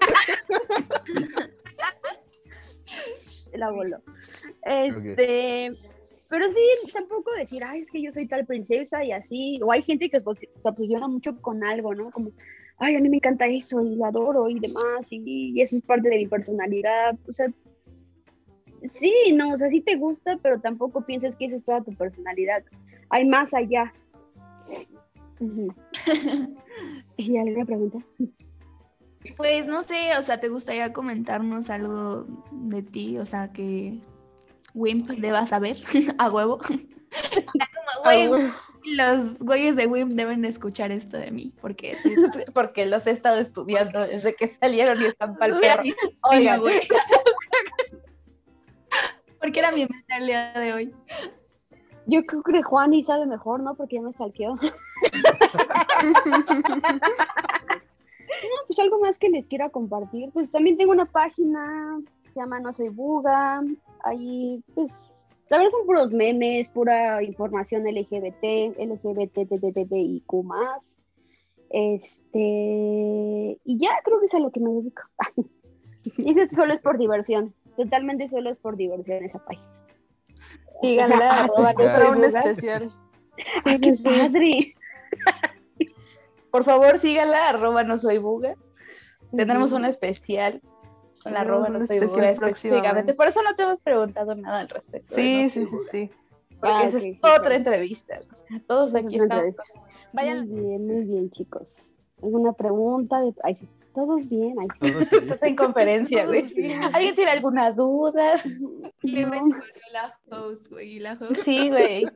La voló. Este, pero sí, tampoco decir, ay, es que yo soy tal princesa y así, o hay gente que pues, se obsesiona mucho con algo, ¿no? Como, ay, a mí me encanta eso y lo adoro y demás, y, y eso es parte de mi personalidad, o sea, sí, no, o sea, sí te gusta, pero tampoco piensas que esa es toda tu personalidad, hay más allá. Uh-huh. ¿Y alguna pregunta? Pues no sé, o sea, ¿te gustaría comentarnos algo de ti? O sea, que Wimp deba saber a huevo. Como, güey, los güeyes de Wimp deben escuchar esto de mí, porque soy... Porque los he estado estudiando desde que salieron y están pa'l perro. Oigan, güey. Porque era mi meta el día de hoy. Yo creo que Juani sabe mejor, ¿no? Porque ya me stalkeó. No, pues algo más que les quiera compartir. Pues también tengo una página, se llama No Soy Buga. Ahí, pues, la verdad son puros memes, pura información L G B T, L G B T, T T T T I Q más. Este, y ya creo que es a lo que me dedico. Y eso solo es por diversión, totalmente solo es por diversión esa página. Síganla, arroba no Para soy un buga. especial. ¡Ay, qué padre! Por favor, síganla, arroba no soy buga. Tendremos Ujú. un especial con la Tendremos arroba un no soy especial buga próximamente. específicamente. Por eso no te hemos preguntado nada al respecto. de Sí, No sí, Soy sí, Buga, sí. Porque Ah, esa ok, es sí, otra claro. entrevista. O sea, todos Esa es aquí una estamos. entrevista. Vayan, Muy bien, muy bien, chicos. ¿Alguna pregunta? De... Ay, sí, todos bien. Ay, sí. Todos sí. estás en conferencia, Todos güey. bien. ¿Alguien tiene alguna duda? No. La host, güey, la host. Sí, güey.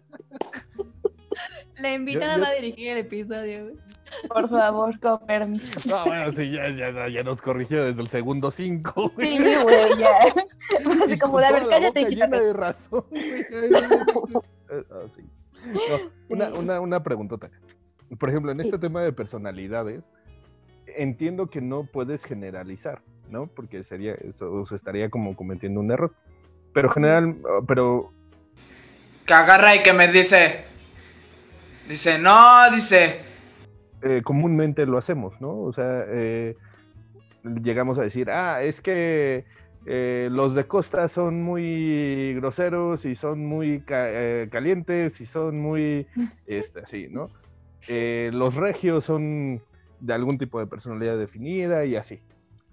La invitada Yo- yo- va a dirigir el episodio, güey. Por favor, con permiso. No, bueno, sí, ya, ya, ya nos corrigió desde el segundo cinco, güey. Sí, güey, ya. Y Así como con de, a toda ver, la cállate boca y llena quítate. de razón, güey. Eh, ah, sí. No, una, una, una preguntota. Por ejemplo, en este tema de personalidades, entiendo que no puedes generalizar, ¿no? Porque sería eso, se estaría como cometiendo un error. Pero general, pero Que agarra y que me dice, dice, no, dice, eh, comúnmente lo hacemos, ¿no? O sea, eh, llegamos a decir, ah, es que eh, los de costa son muy groseros y son muy ca- eh, calientes y son muy, este, así, ¿no? Eh, los regios son de algún tipo de personalidad definida y así.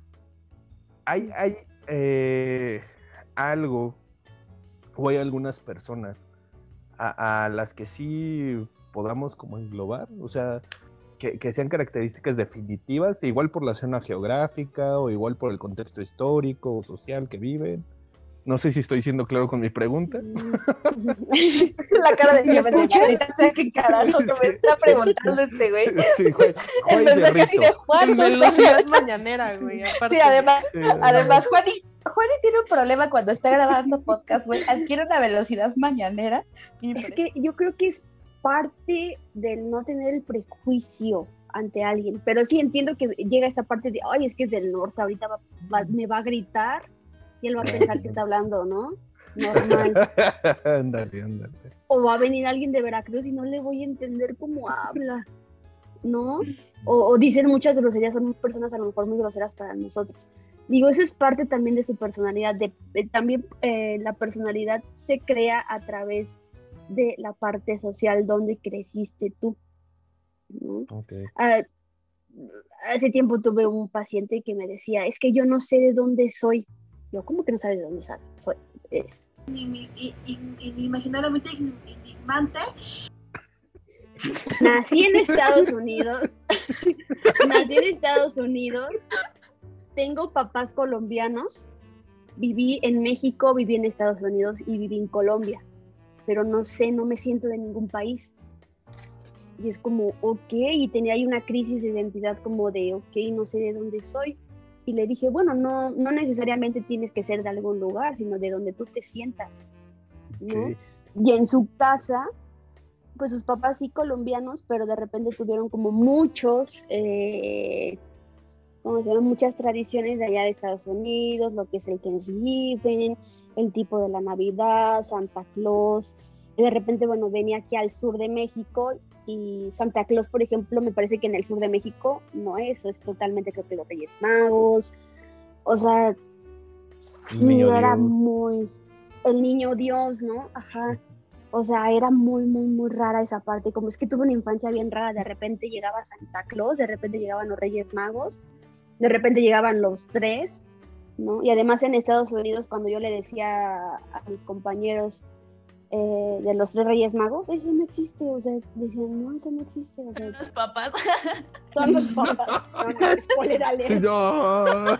Hay, hay eh, algo o hay algunas personas a, a las que sí podamos como englobar, o sea, que, que sean características definitivas, igual por la zona geográfica o igual por el contexto histórico o social que viven. No sé si estoy siendo claro con mi pregunta. La cara de que me ahorita sé qué carajo que me está preguntando este güey. Sí, Juan, Juan En verdad que así Hierrito. de Juan, En no sé. velocidad mañanera, güey. Aparte. Sí, además, Sí, además Juani, Juani tiene un problema cuando está grabando podcast, güey. Adquiere una velocidad mañanera. Es que yo creo que es parte del no tener el prejuicio ante alguien, pero sí entiendo que llega esta parte de, ay, es que es del norte, ahorita va- va- me va a gritar y él va a pensar que está hablando, ¿no? Normal. Ándale, ándale. O va a venir alguien de Veracruz y no le voy a entender cómo habla, ¿no? O, o dicen muchas groserías, son personas a lo mejor muy groseras para nosotros. Digo, eso es parte también de su personalidad. De, de- también eh, la personalidad se crea a través de la parte social donde creciste tú, ¿no? Okay. Ah, hace tiempo tuve un paciente que me decía, es que yo no sé de dónde soy. Yo, ¿cómo que no sabes de dónde sa- soy? Es, Inimaginablemente enigmante. nací en Estados Unidos, nací en Estados Unidos, tengo papás colombianos, viví en México, viví en Estados Unidos y viví en Colombia, pero no sé, no me siento de ningún país. Y es como, ok, y tenía ahí una crisis de identidad como de, ok, no sé de dónde soy. Y le dije, bueno, no, no necesariamente tienes que ser de algún lugar, sino de donde tú te sientas, ¿no? Okay. Y en su casa, pues sus papás sí colombianos, pero de repente tuvieron como muchos, eh, ¿cómo se llama? Muchas tradiciones de allá de Estados Unidos, lo que es el Thanksgiving, el tipo de la Navidad, Santa Claus. Y de repente, bueno, venía aquí al sur de México y Santa Claus, por ejemplo, me parece que en el sur de México no es, es totalmente, creo que los Reyes Magos. O sea, sí, niño era Dios. muy... El niño Dios, ¿no? Ajá. O sea, era muy, muy, muy rara esa parte. Como es que tuve una infancia bien rara. De repente llegaba Santa Claus, de repente llegaban los Reyes Magos, de repente llegaban los tres, ¿no? Y además en Estados Unidos, cuando yo le decía a mis compañeros eh, de los tres Reyes Magos, eso no existe. O sea, decían, no, eso no existe. O sea, Son los papás. son los papás. No, no, spoiler alert. Sí, no.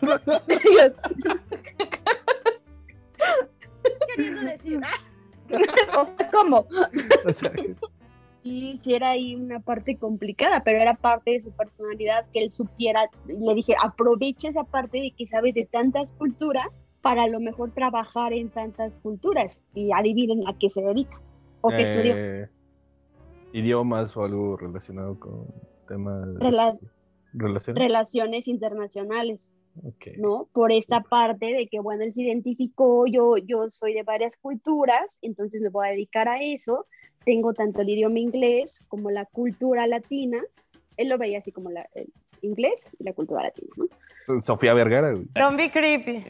Queriendo decir, O sea, ¿cómo? O sea, sí, sí era ahí una parte complicada, pero era parte de su personalidad que él supiera. Le dije, aprovecha esa parte de que sabes de tantas culturas para a lo mejor trabajar en tantas culturas y adivinen a qué se dedica o qué estudió. eh, idiomas o algo relacionado con temas Rela- este, relaciones. Relaciones internacionales, Ok. ¿no? Por esta parte de que, bueno, él se identificó, yo, yo soy de varias culturas, entonces me voy a dedicar a eso. Tengo tanto el idioma inglés como la cultura latina. Él lo veía así como la, el inglés y la cultura latina, ¿no? Sofía Vergara, güey. Don't be creepy.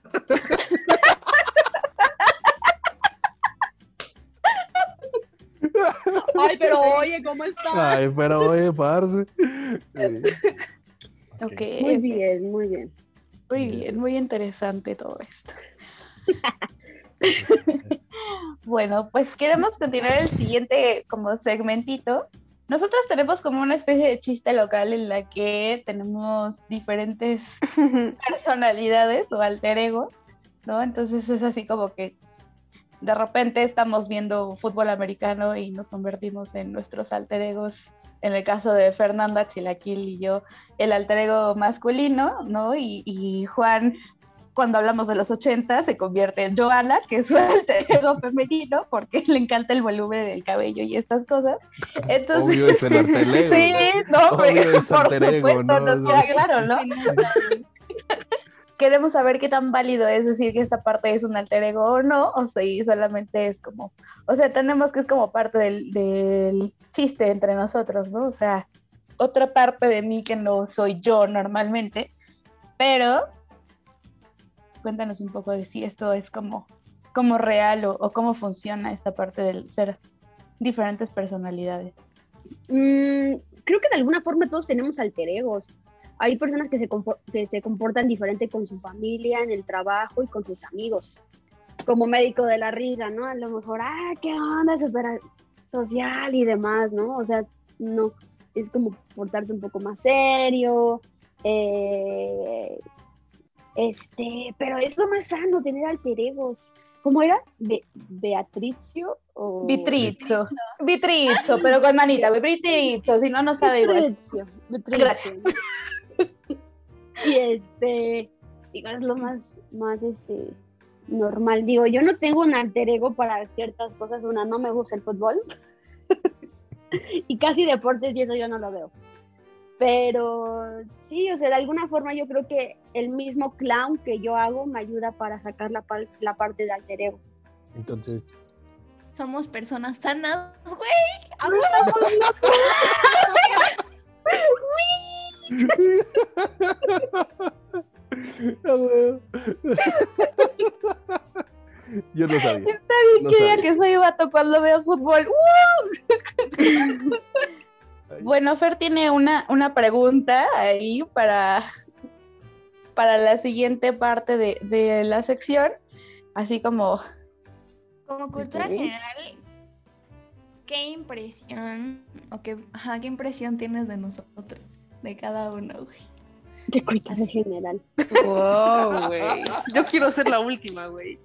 Ay, pero oye, ¿cómo estás? Ay, pero oye, parce. Eh, Ok, Muy bien, muy bien. muy bien, muy interesante todo esto. Bueno, pues queremos continuar el siguiente como segmentito. Nosotros tenemos como una especie de chiste local en la que tenemos diferentes personalidades o alter ego, ¿no? Entonces es así como que de repente estamos viendo fútbol americano y nos convertimos en nuestros alter egos. En el caso de Fernanda, Chilaquil y yo, el alter ego masculino, ¿no? Y, y Juan, cuando hablamos de los ochenta, se convierte en Joana, que es su alter ego femenino, porque le encanta el volumen del cabello y estas cosas. Entonces, Obvio es el alter ego. sí, no, Obvio pero es por alter ego, supuesto, ¿no? nos queda claro, ¿no? Queremos saber qué tan válido es decir que esta parte es un alter ego o no, o si solamente es como, o sea, entendemos que es como parte del, del chiste entre nosotros, ¿no? O sea, otra parte de mí que no soy yo normalmente, pero cuéntanos un poco de si esto es como, como real o, o cómo funciona esta parte del ser diferentes personalidades. Mm, creo que de alguna forma todos tenemos alter egos. Hay personas que se, confo- que se comportan diferente con su familia, en el trabajo y con sus amigos. Como médico de la risa, ¿no? A lo mejor, ah, qué onda, súper social y demás, ¿no? O sea, no, es como portarte un poco más serio, eh, este, pero es lo más sano tener alter egos. ¿Cómo era? Be- ¿Beatricio o...? Vitrizzo, Vitrizzo, pero con manita, Vitrizzo, si no, no sabe igual. Beatricio, Beatricio. Y este, digo, es lo más, más este, normal. Digo, yo no tengo un alter ego para ciertas cosas. Una, no me gusta el fútbol. Y casi deportes y eso yo no lo veo. Pero sí, o sea, de alguna forma yo creo que el mismo clown que yo hago me ayuda para sacar la, par- la parte de alter ego. Entonces, Somos personas sanas, güey. Ah, güey. Yo no sabía. Está bien No que diga sabía. que soy vato cuando veo fútbol. ¡Woo! Bueno, Fer tiene una, una pregunta ahí para, para la siguiente parte de, de la sección, así como... Como cultura Ok. general, ¿qué impresión o qué, ajá, qué impresión tienes de nosotros, de cada uno, güey? De cultura general. Wow, güey. Yo quiero ser la última, güey.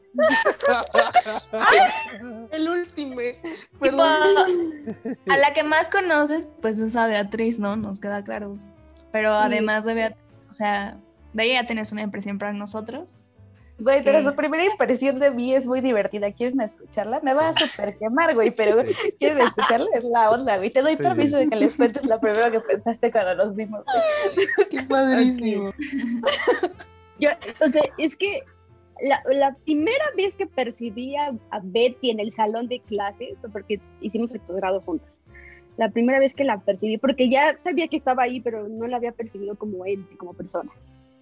El último. Tipo, Perdón. a la que más conoces, pues es a Beatriz, ¿no? Nos queda claro. Pero Sí. además de Beatriz, o sea, de ella ya tienes una impresión para nosotros. Güey, pero ¿Qué? su primera impresión de mí es muy divertida. ¿Quieren escucharla? Me va a super quemar, güey, pero Sí. ¿quieren escucharla? Es la onda, güey. Te doy Sí. permiso de que les cuentes la primera que pensaste cuando nos vimos, güey. Qué padrísimo. Yo, o sea, es que la, la primera vez que percibí a, a Betty en el salón de clases, porque hicimos el posgrado juntas, la primera vez que la percibí, porque ya sabía que estaba ahí, pero no la había percibido como ente, como persona.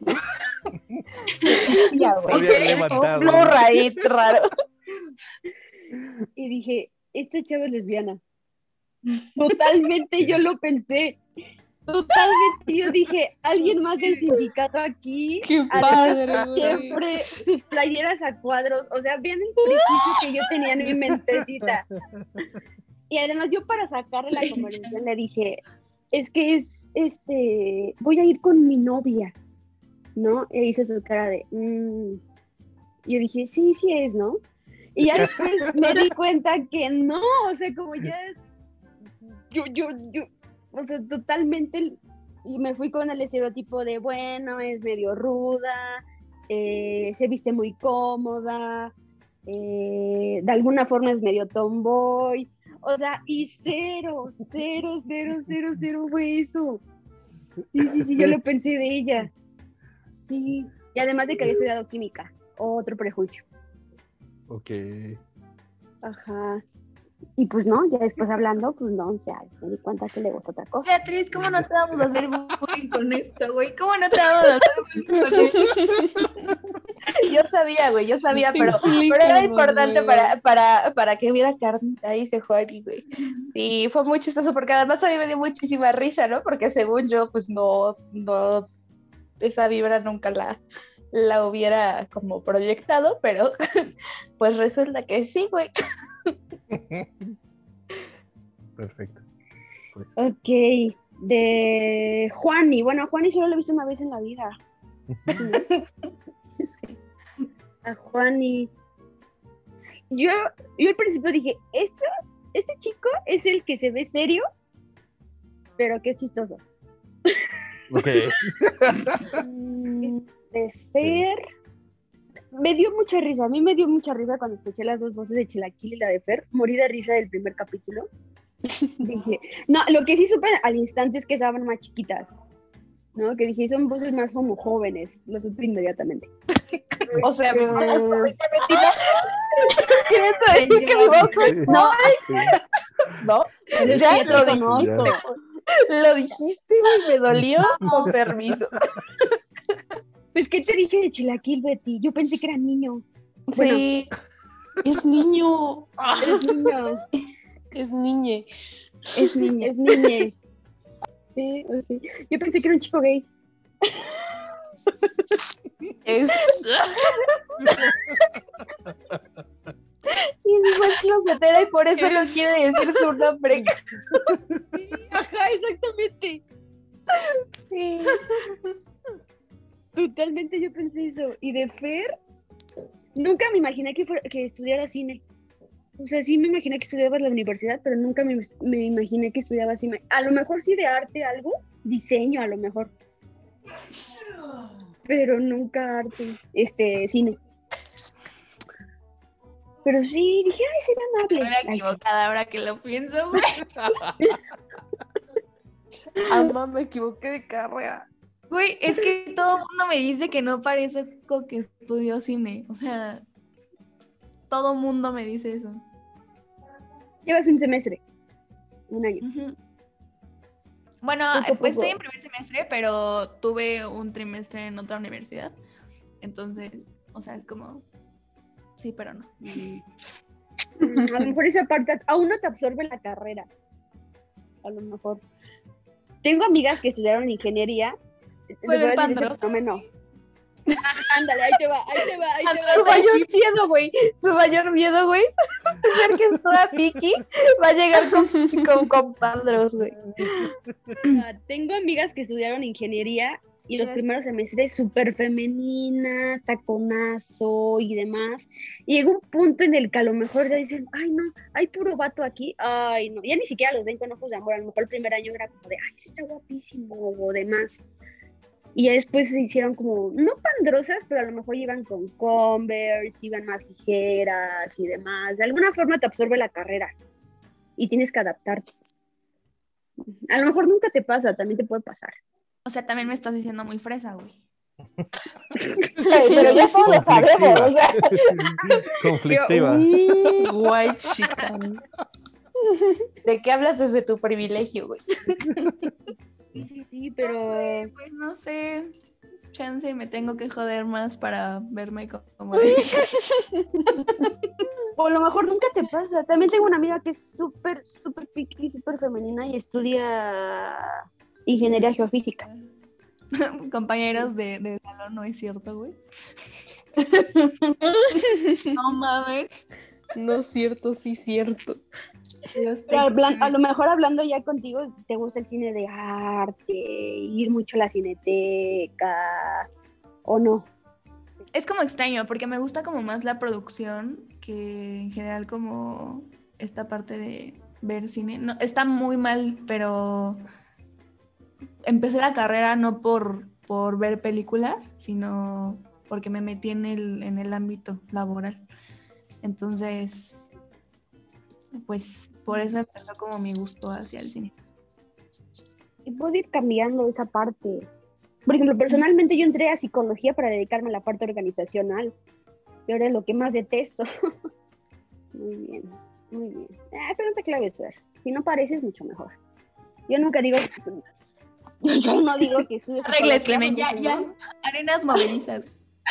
Ya, Se güey. había levantado. Un blur ahí raro. Y dije, esta chava es lesbiana. Totalmente yo lo pensé. Totalmente yo dije, alguien más del sindicato aquí. Qué padre, güey. Siempre sus playeras a cuadros. O sea, vean el prejuicio que yo tenía en mi mentecita. Y además yo para sacarle la conversación le dije, es que es, este, voy a ir con mi novia, ¿no? E hizo su cara de, mmm. Yo dije, sí, sí es, ¿no? Y ya después me di cuenta que no, o sea, como ya, yo, yo, yo, o sea, totalmente, y me fui con el estereotipo de, bueno, es medio ruda, eh, se viste muy cómoda, eh, de alguna forma es medio tomboy, o sea, y cero, cero, cero, cero, cero fue eso. Sí, sí, sí, yo lo pensé de ella. Sí, y además de que había estudiado química, otro prejuicio. Ok. Ajá. Y pues no, ya después hablando, pues no, o sea, me di cuenta que le gusta otra cosa. Beatriz, ¿cómo no te vamos a hacer bullying con esto, güey? ¿Cómo no te vamos a hacer bullying con esto? Yo sabía, güey, yo sabía, pero, pero era Explícanos, importante güey. para, para, para que hubiera carnita, dice Juani, güey. Sí, fue muy chistoso, porque además a mí me dio muchísima risa, ¿no? Porque según yo, pues no, no, esa vibra nunca la, la hubiera como proyectado, pero pues resulta que sí, güey. Perfecto. Pues, Ok, de Juani. Bueno, a Juani solo lo he visto una vez en la vida. A Juani. Yo, yo al principio dije, esto, este chico es el que se ve serio, pero que es chistoso. ok. Mm, de Fer, me dio mucha risa. A mí me dio mucha risa cuando escuché las dos voces de Chilaquil y la de Fer. Morí de risa del primer capítulo. Dije, no, lo que sí supe al instante es que estaban más chiquitas, ¿no? Que dije, son voces más como jóvenes. Lo supe inmediatamente. O sea, mi mamá es Eh, ¿Quieres decir que mi voz Sí, no? sí. ¿No? pero es Ya que ya lo te dijiste, conozco. lo dijiste, güey, me dolió, con permiso. Pues, ¿qué te dije de Chilaquil, Betty? Yo pensé que era niño. Bueno, Sí, Es niño. es niño. Es niñe. es niña. Es niñe. Sí, o sí. Yo pensé que era un chico gay. Es. Y es igual closetera y por eso no quiere decir su nombre. Sí, ajá, exactamente. Sí. Totalmente yo pensé eso. Y de Fer, nunca me imaginé que, fuera, que estudiara cine. O sea, sí me imaginé que estudiaba en la universidad, pero nunca me, me imaginé que estudiaba cine. A lo mejor sí de arte algo, diseño a lo mejor. Pero nunca arte, este, cine. Pero sí, dije, ay, sería amable. Era Ay, sí. equivocada ahora que lo pienso, güey. Ama, me equivoqué de carrera. Güey, es que todo el mundo me dice que no parezco que estudió cine. O sea, todo el mundo me dice eso. Llevas un semestre, un año. Ujú. Bueno, Poco a eh, pues poco. estoy en primer semestre, pero tuve un trimestre en otra universidad. Entonces, o sea, es como, sí, pero no. Mm, a lo mejor esa parte aún no te absorbe la carrera. A lo mejor. Tengo amigas que estudiaron ingeniería. Fue Les voy el a decir ese Pandrosa. fenómeno. Ándale, ahí te va, ahí te va, ahí te Su va. mayor miedo, güey. Su mayor miedo, güey. Es ver que es toda piqui. Va a llegar con, con, con pandros, güey. Ah, tengo amigas que estudiaron ingeniería y los Yes. primeros semestres súper femeninas, taconazo y demás. Y llega un punto en el que a lo mejor ya dicen, ay no, hay puro vato aquí, ay no, ya ni siquiera los ven con ojos de amor, a lo mejor el primer año era como de, ay, sí está guapísimo o demás. Y ya después se hicieron como, no pandrosas, pero a lo mejor iban con Converse, iban más ligeras y demás. De alguna forma te absorbe la carrera y tienes que adaptarte. A lo mejor nunca te pasa, también te puede pasar. O sea, también me estás diciendo muy fresa, güey. Pero ya todos lo sabemos, o sea. Conflictiva. White chican. ¿De qué hablas desde tu privilegio, güey? Sí, sí, sí, pero... Ay, pues no sé. Chance me tengo que joder más para verme como... O a lo mejor nunca te pasa. También tengo una amiga que es súper, súper piqui, súper femenina y estudia ingeniería geofísica. Compañeros de, de salón, ¿no es cierto, güey? No mames. No es cierto, sí es cierto. Pero hablan- a lo mejor hablando ya contigo, te gusta el cine de arte, ir mucho a la cineteca, ¿o no? Es como extraño, porque me gusta como más la producción que en general como esta parte de ver cine. No, está muy mal, pero empecé la carrera no por, por ver películas, sino porque me metí en el, en el ámbito laboral. Entonces, pues por eso empezó como mi gusto hacia el cine. Y puedo ir cambiando esa parte. Por ejemplo, personalmente yo entré a psicología para dedicarme a la parte organizacional. Y ahora es lo que más detesto. Muy bien, muy bien. Ah, pero no te claves, Fer. Si no pareces, mucho mejor. Yo nunca digo... Yo no digo que estudies Arregles, psicología, Clemen, porque ya, si ya. no- Arenas movedizas.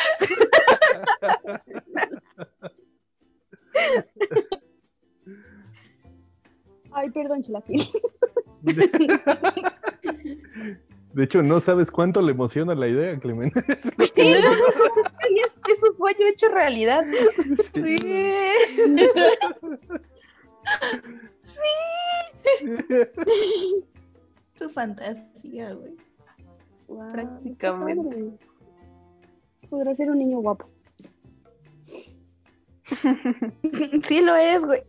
Ay, perdón, Chilafil. De hecho, no sabes cuánto le emociona la idea, Clemen. Sí, es un sueño hecho realidad. Sí. Tu fantasía, güey. Wow, Prácticamente. qué padre. Podrá ser un niño guapo. Sí lo es, güey.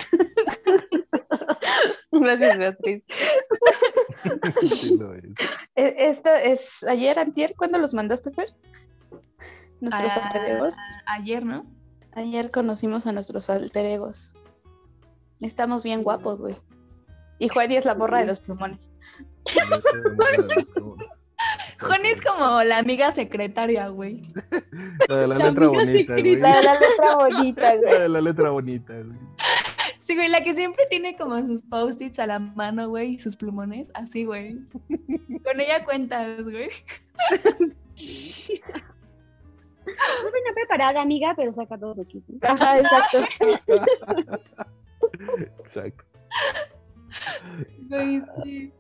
Gracias, Beatriz. Sí, lo es. E- Esta es ayer, antier, ¿cuándo los mandaste, Fer? Nuestros Ah, alter egos. Ayer, ¿no? Ayer conocimos a nuestros alter egos. Estamos bien guapos, güey. Y Juani es la morra de los plumones. No sé, no sé de los plumones. Juani es como la amiga secretaria, güey. La de la La letra amiga bonita, güey. secreta. La de la letra bonita, La güey. de la letra bonita, güey. Sí, güey, la que siempre tiene como sus post-its a la mano, güey, y sus plumones, así, güey. Con ella cuentas, güey. No venía preparada, amiga, pero saca todo su equipo. Ajá, exacto. Exacto. Güey, sí.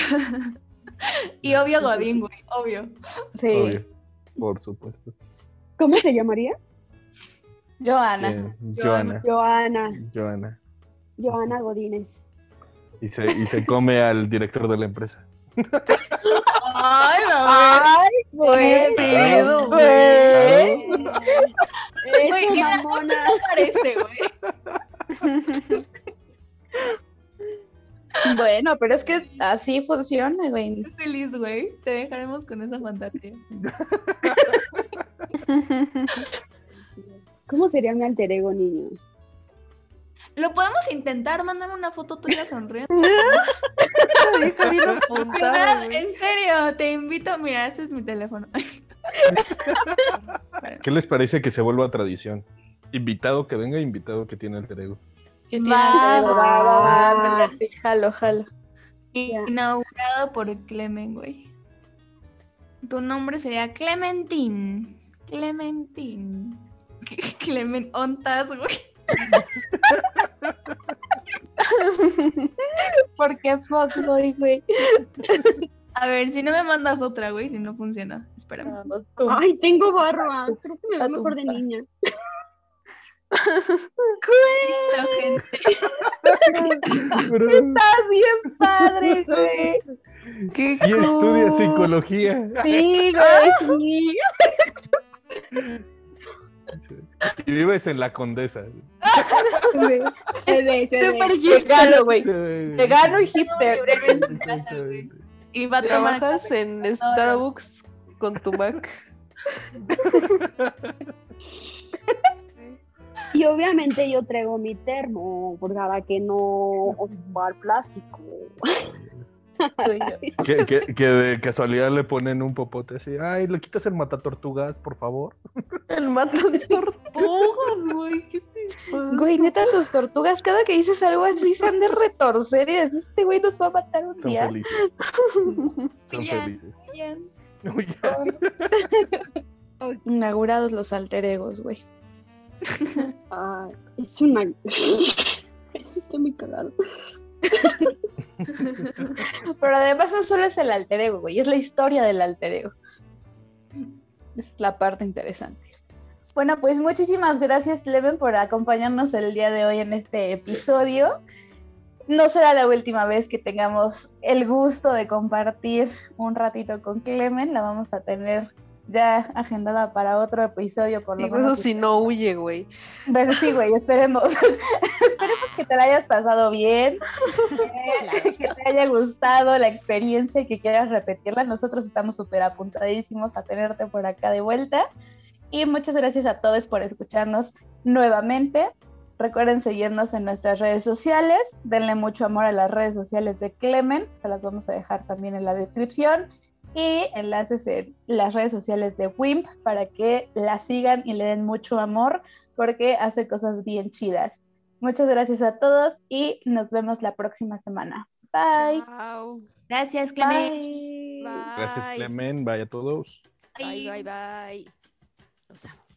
Y obvio Godín, güey, obvio. Sí. Obvio. Por supuesto. ¿Cómo se llamaría? Joana. Bien, Joana. Joana. Joana. Joana Godínez. Y se, y se come al director de la empresa. Ay, mamá. Ay, güey. pedo, güey. Güey, en Eso, la foto mamona. no parece, güey. Bueno, pero es que así funciona, güey. Estoy feliz, güey. Te dejaremos con esa fantasía. ¿Cómo sería mi alter ego, niño? Lo podemos intentar, mándame una foto tuya sonriendo. Esta vieja bien apuntada, ¿Verdad? güey. En serio, te invito. Mira, este es mi teléfono. ¿Qué les parece que se vuelva tradición? Invitado que venga, invitado que tiene alter ego. ¿Qué tiene Va, alter ego? Va, va, va, va. me late. Jalo, jalo. Inaugurado por Clemen, güey. Tu nombre sería Clementín. Clementín. Clemen Ontas, güey. ¿Por qué fuckboy, güey? A ver, si no me mandas otra, güey, si no funciona. Espérame. Vamos, tú. Ay, tengo barba. Creo que me A veo tu mejor de pa- niña. La gente. Estás bien padre, güey. ¡Qué Sí, estudia cool! psicología. Sí, güey, sí. Y vives en la Condesa. Güey. Se ve, se ve. Súper Te hipster. gano, güey. Sí. Te gano y hipster. Librero en su casa, güey. Y va a tomar Trabajas café. en Starbucks con tu Mac. Y obviamente yo traigo mi termo, para que no ocupar plástico. Que, que, que de casualidad le ponen un popote así. Ay, ¿le quitas el matatortugas, por favor? El matan tortugas, güey. ¿Qué te pasa? Güey, neta, tus tortugas, cada que dices algo así se han de retorcer y decir, este güey nos va a matar un Son día. felices. Son Pillan, felices. pillan. Uy, ya. Inaugurados los alter egos, güey. Ah, es una... Está muy cagado. Pero además no solo es el alter ego, güey, es la historia del alter ego. Es la parte interesante. Bueno, pues muchísimas gracias, Clemen, por acompañarnos el día de hoy en este episodio. No será la última vez que tengamos el gusto de compartir un ratito con Clemen. La vamos a tener ya agendada para otro episodio, por lo Digo, menos. eso si no huye, güey. Pero sí, güey, esperemos. Esperemos que te la hayas pasado bien, eh, que te haya gustado la experiencia y que quieras repetirla. Nosotros estamos súper apuntadísimos a tenerte por acá de vuelta. Y muchas gracias a todos por escucharnos nuevamente. Recuerden seguirnos en nuestras redes sociales. Denle mucho amor a las redes sociales de Clemen. Se las vamos a dejar también en la descripción. Y enlaces en las redes sociales de Wimp para que la sigan y le den mucho amor porque hace cosas bien chidas. Muchas gracias a todos y nos vemos la próxima semana. Bye. Chao. Gracias, Clemen. Bye. Gracias, Clemen. Vaya a todos. Bye, bye, bye. Los amo.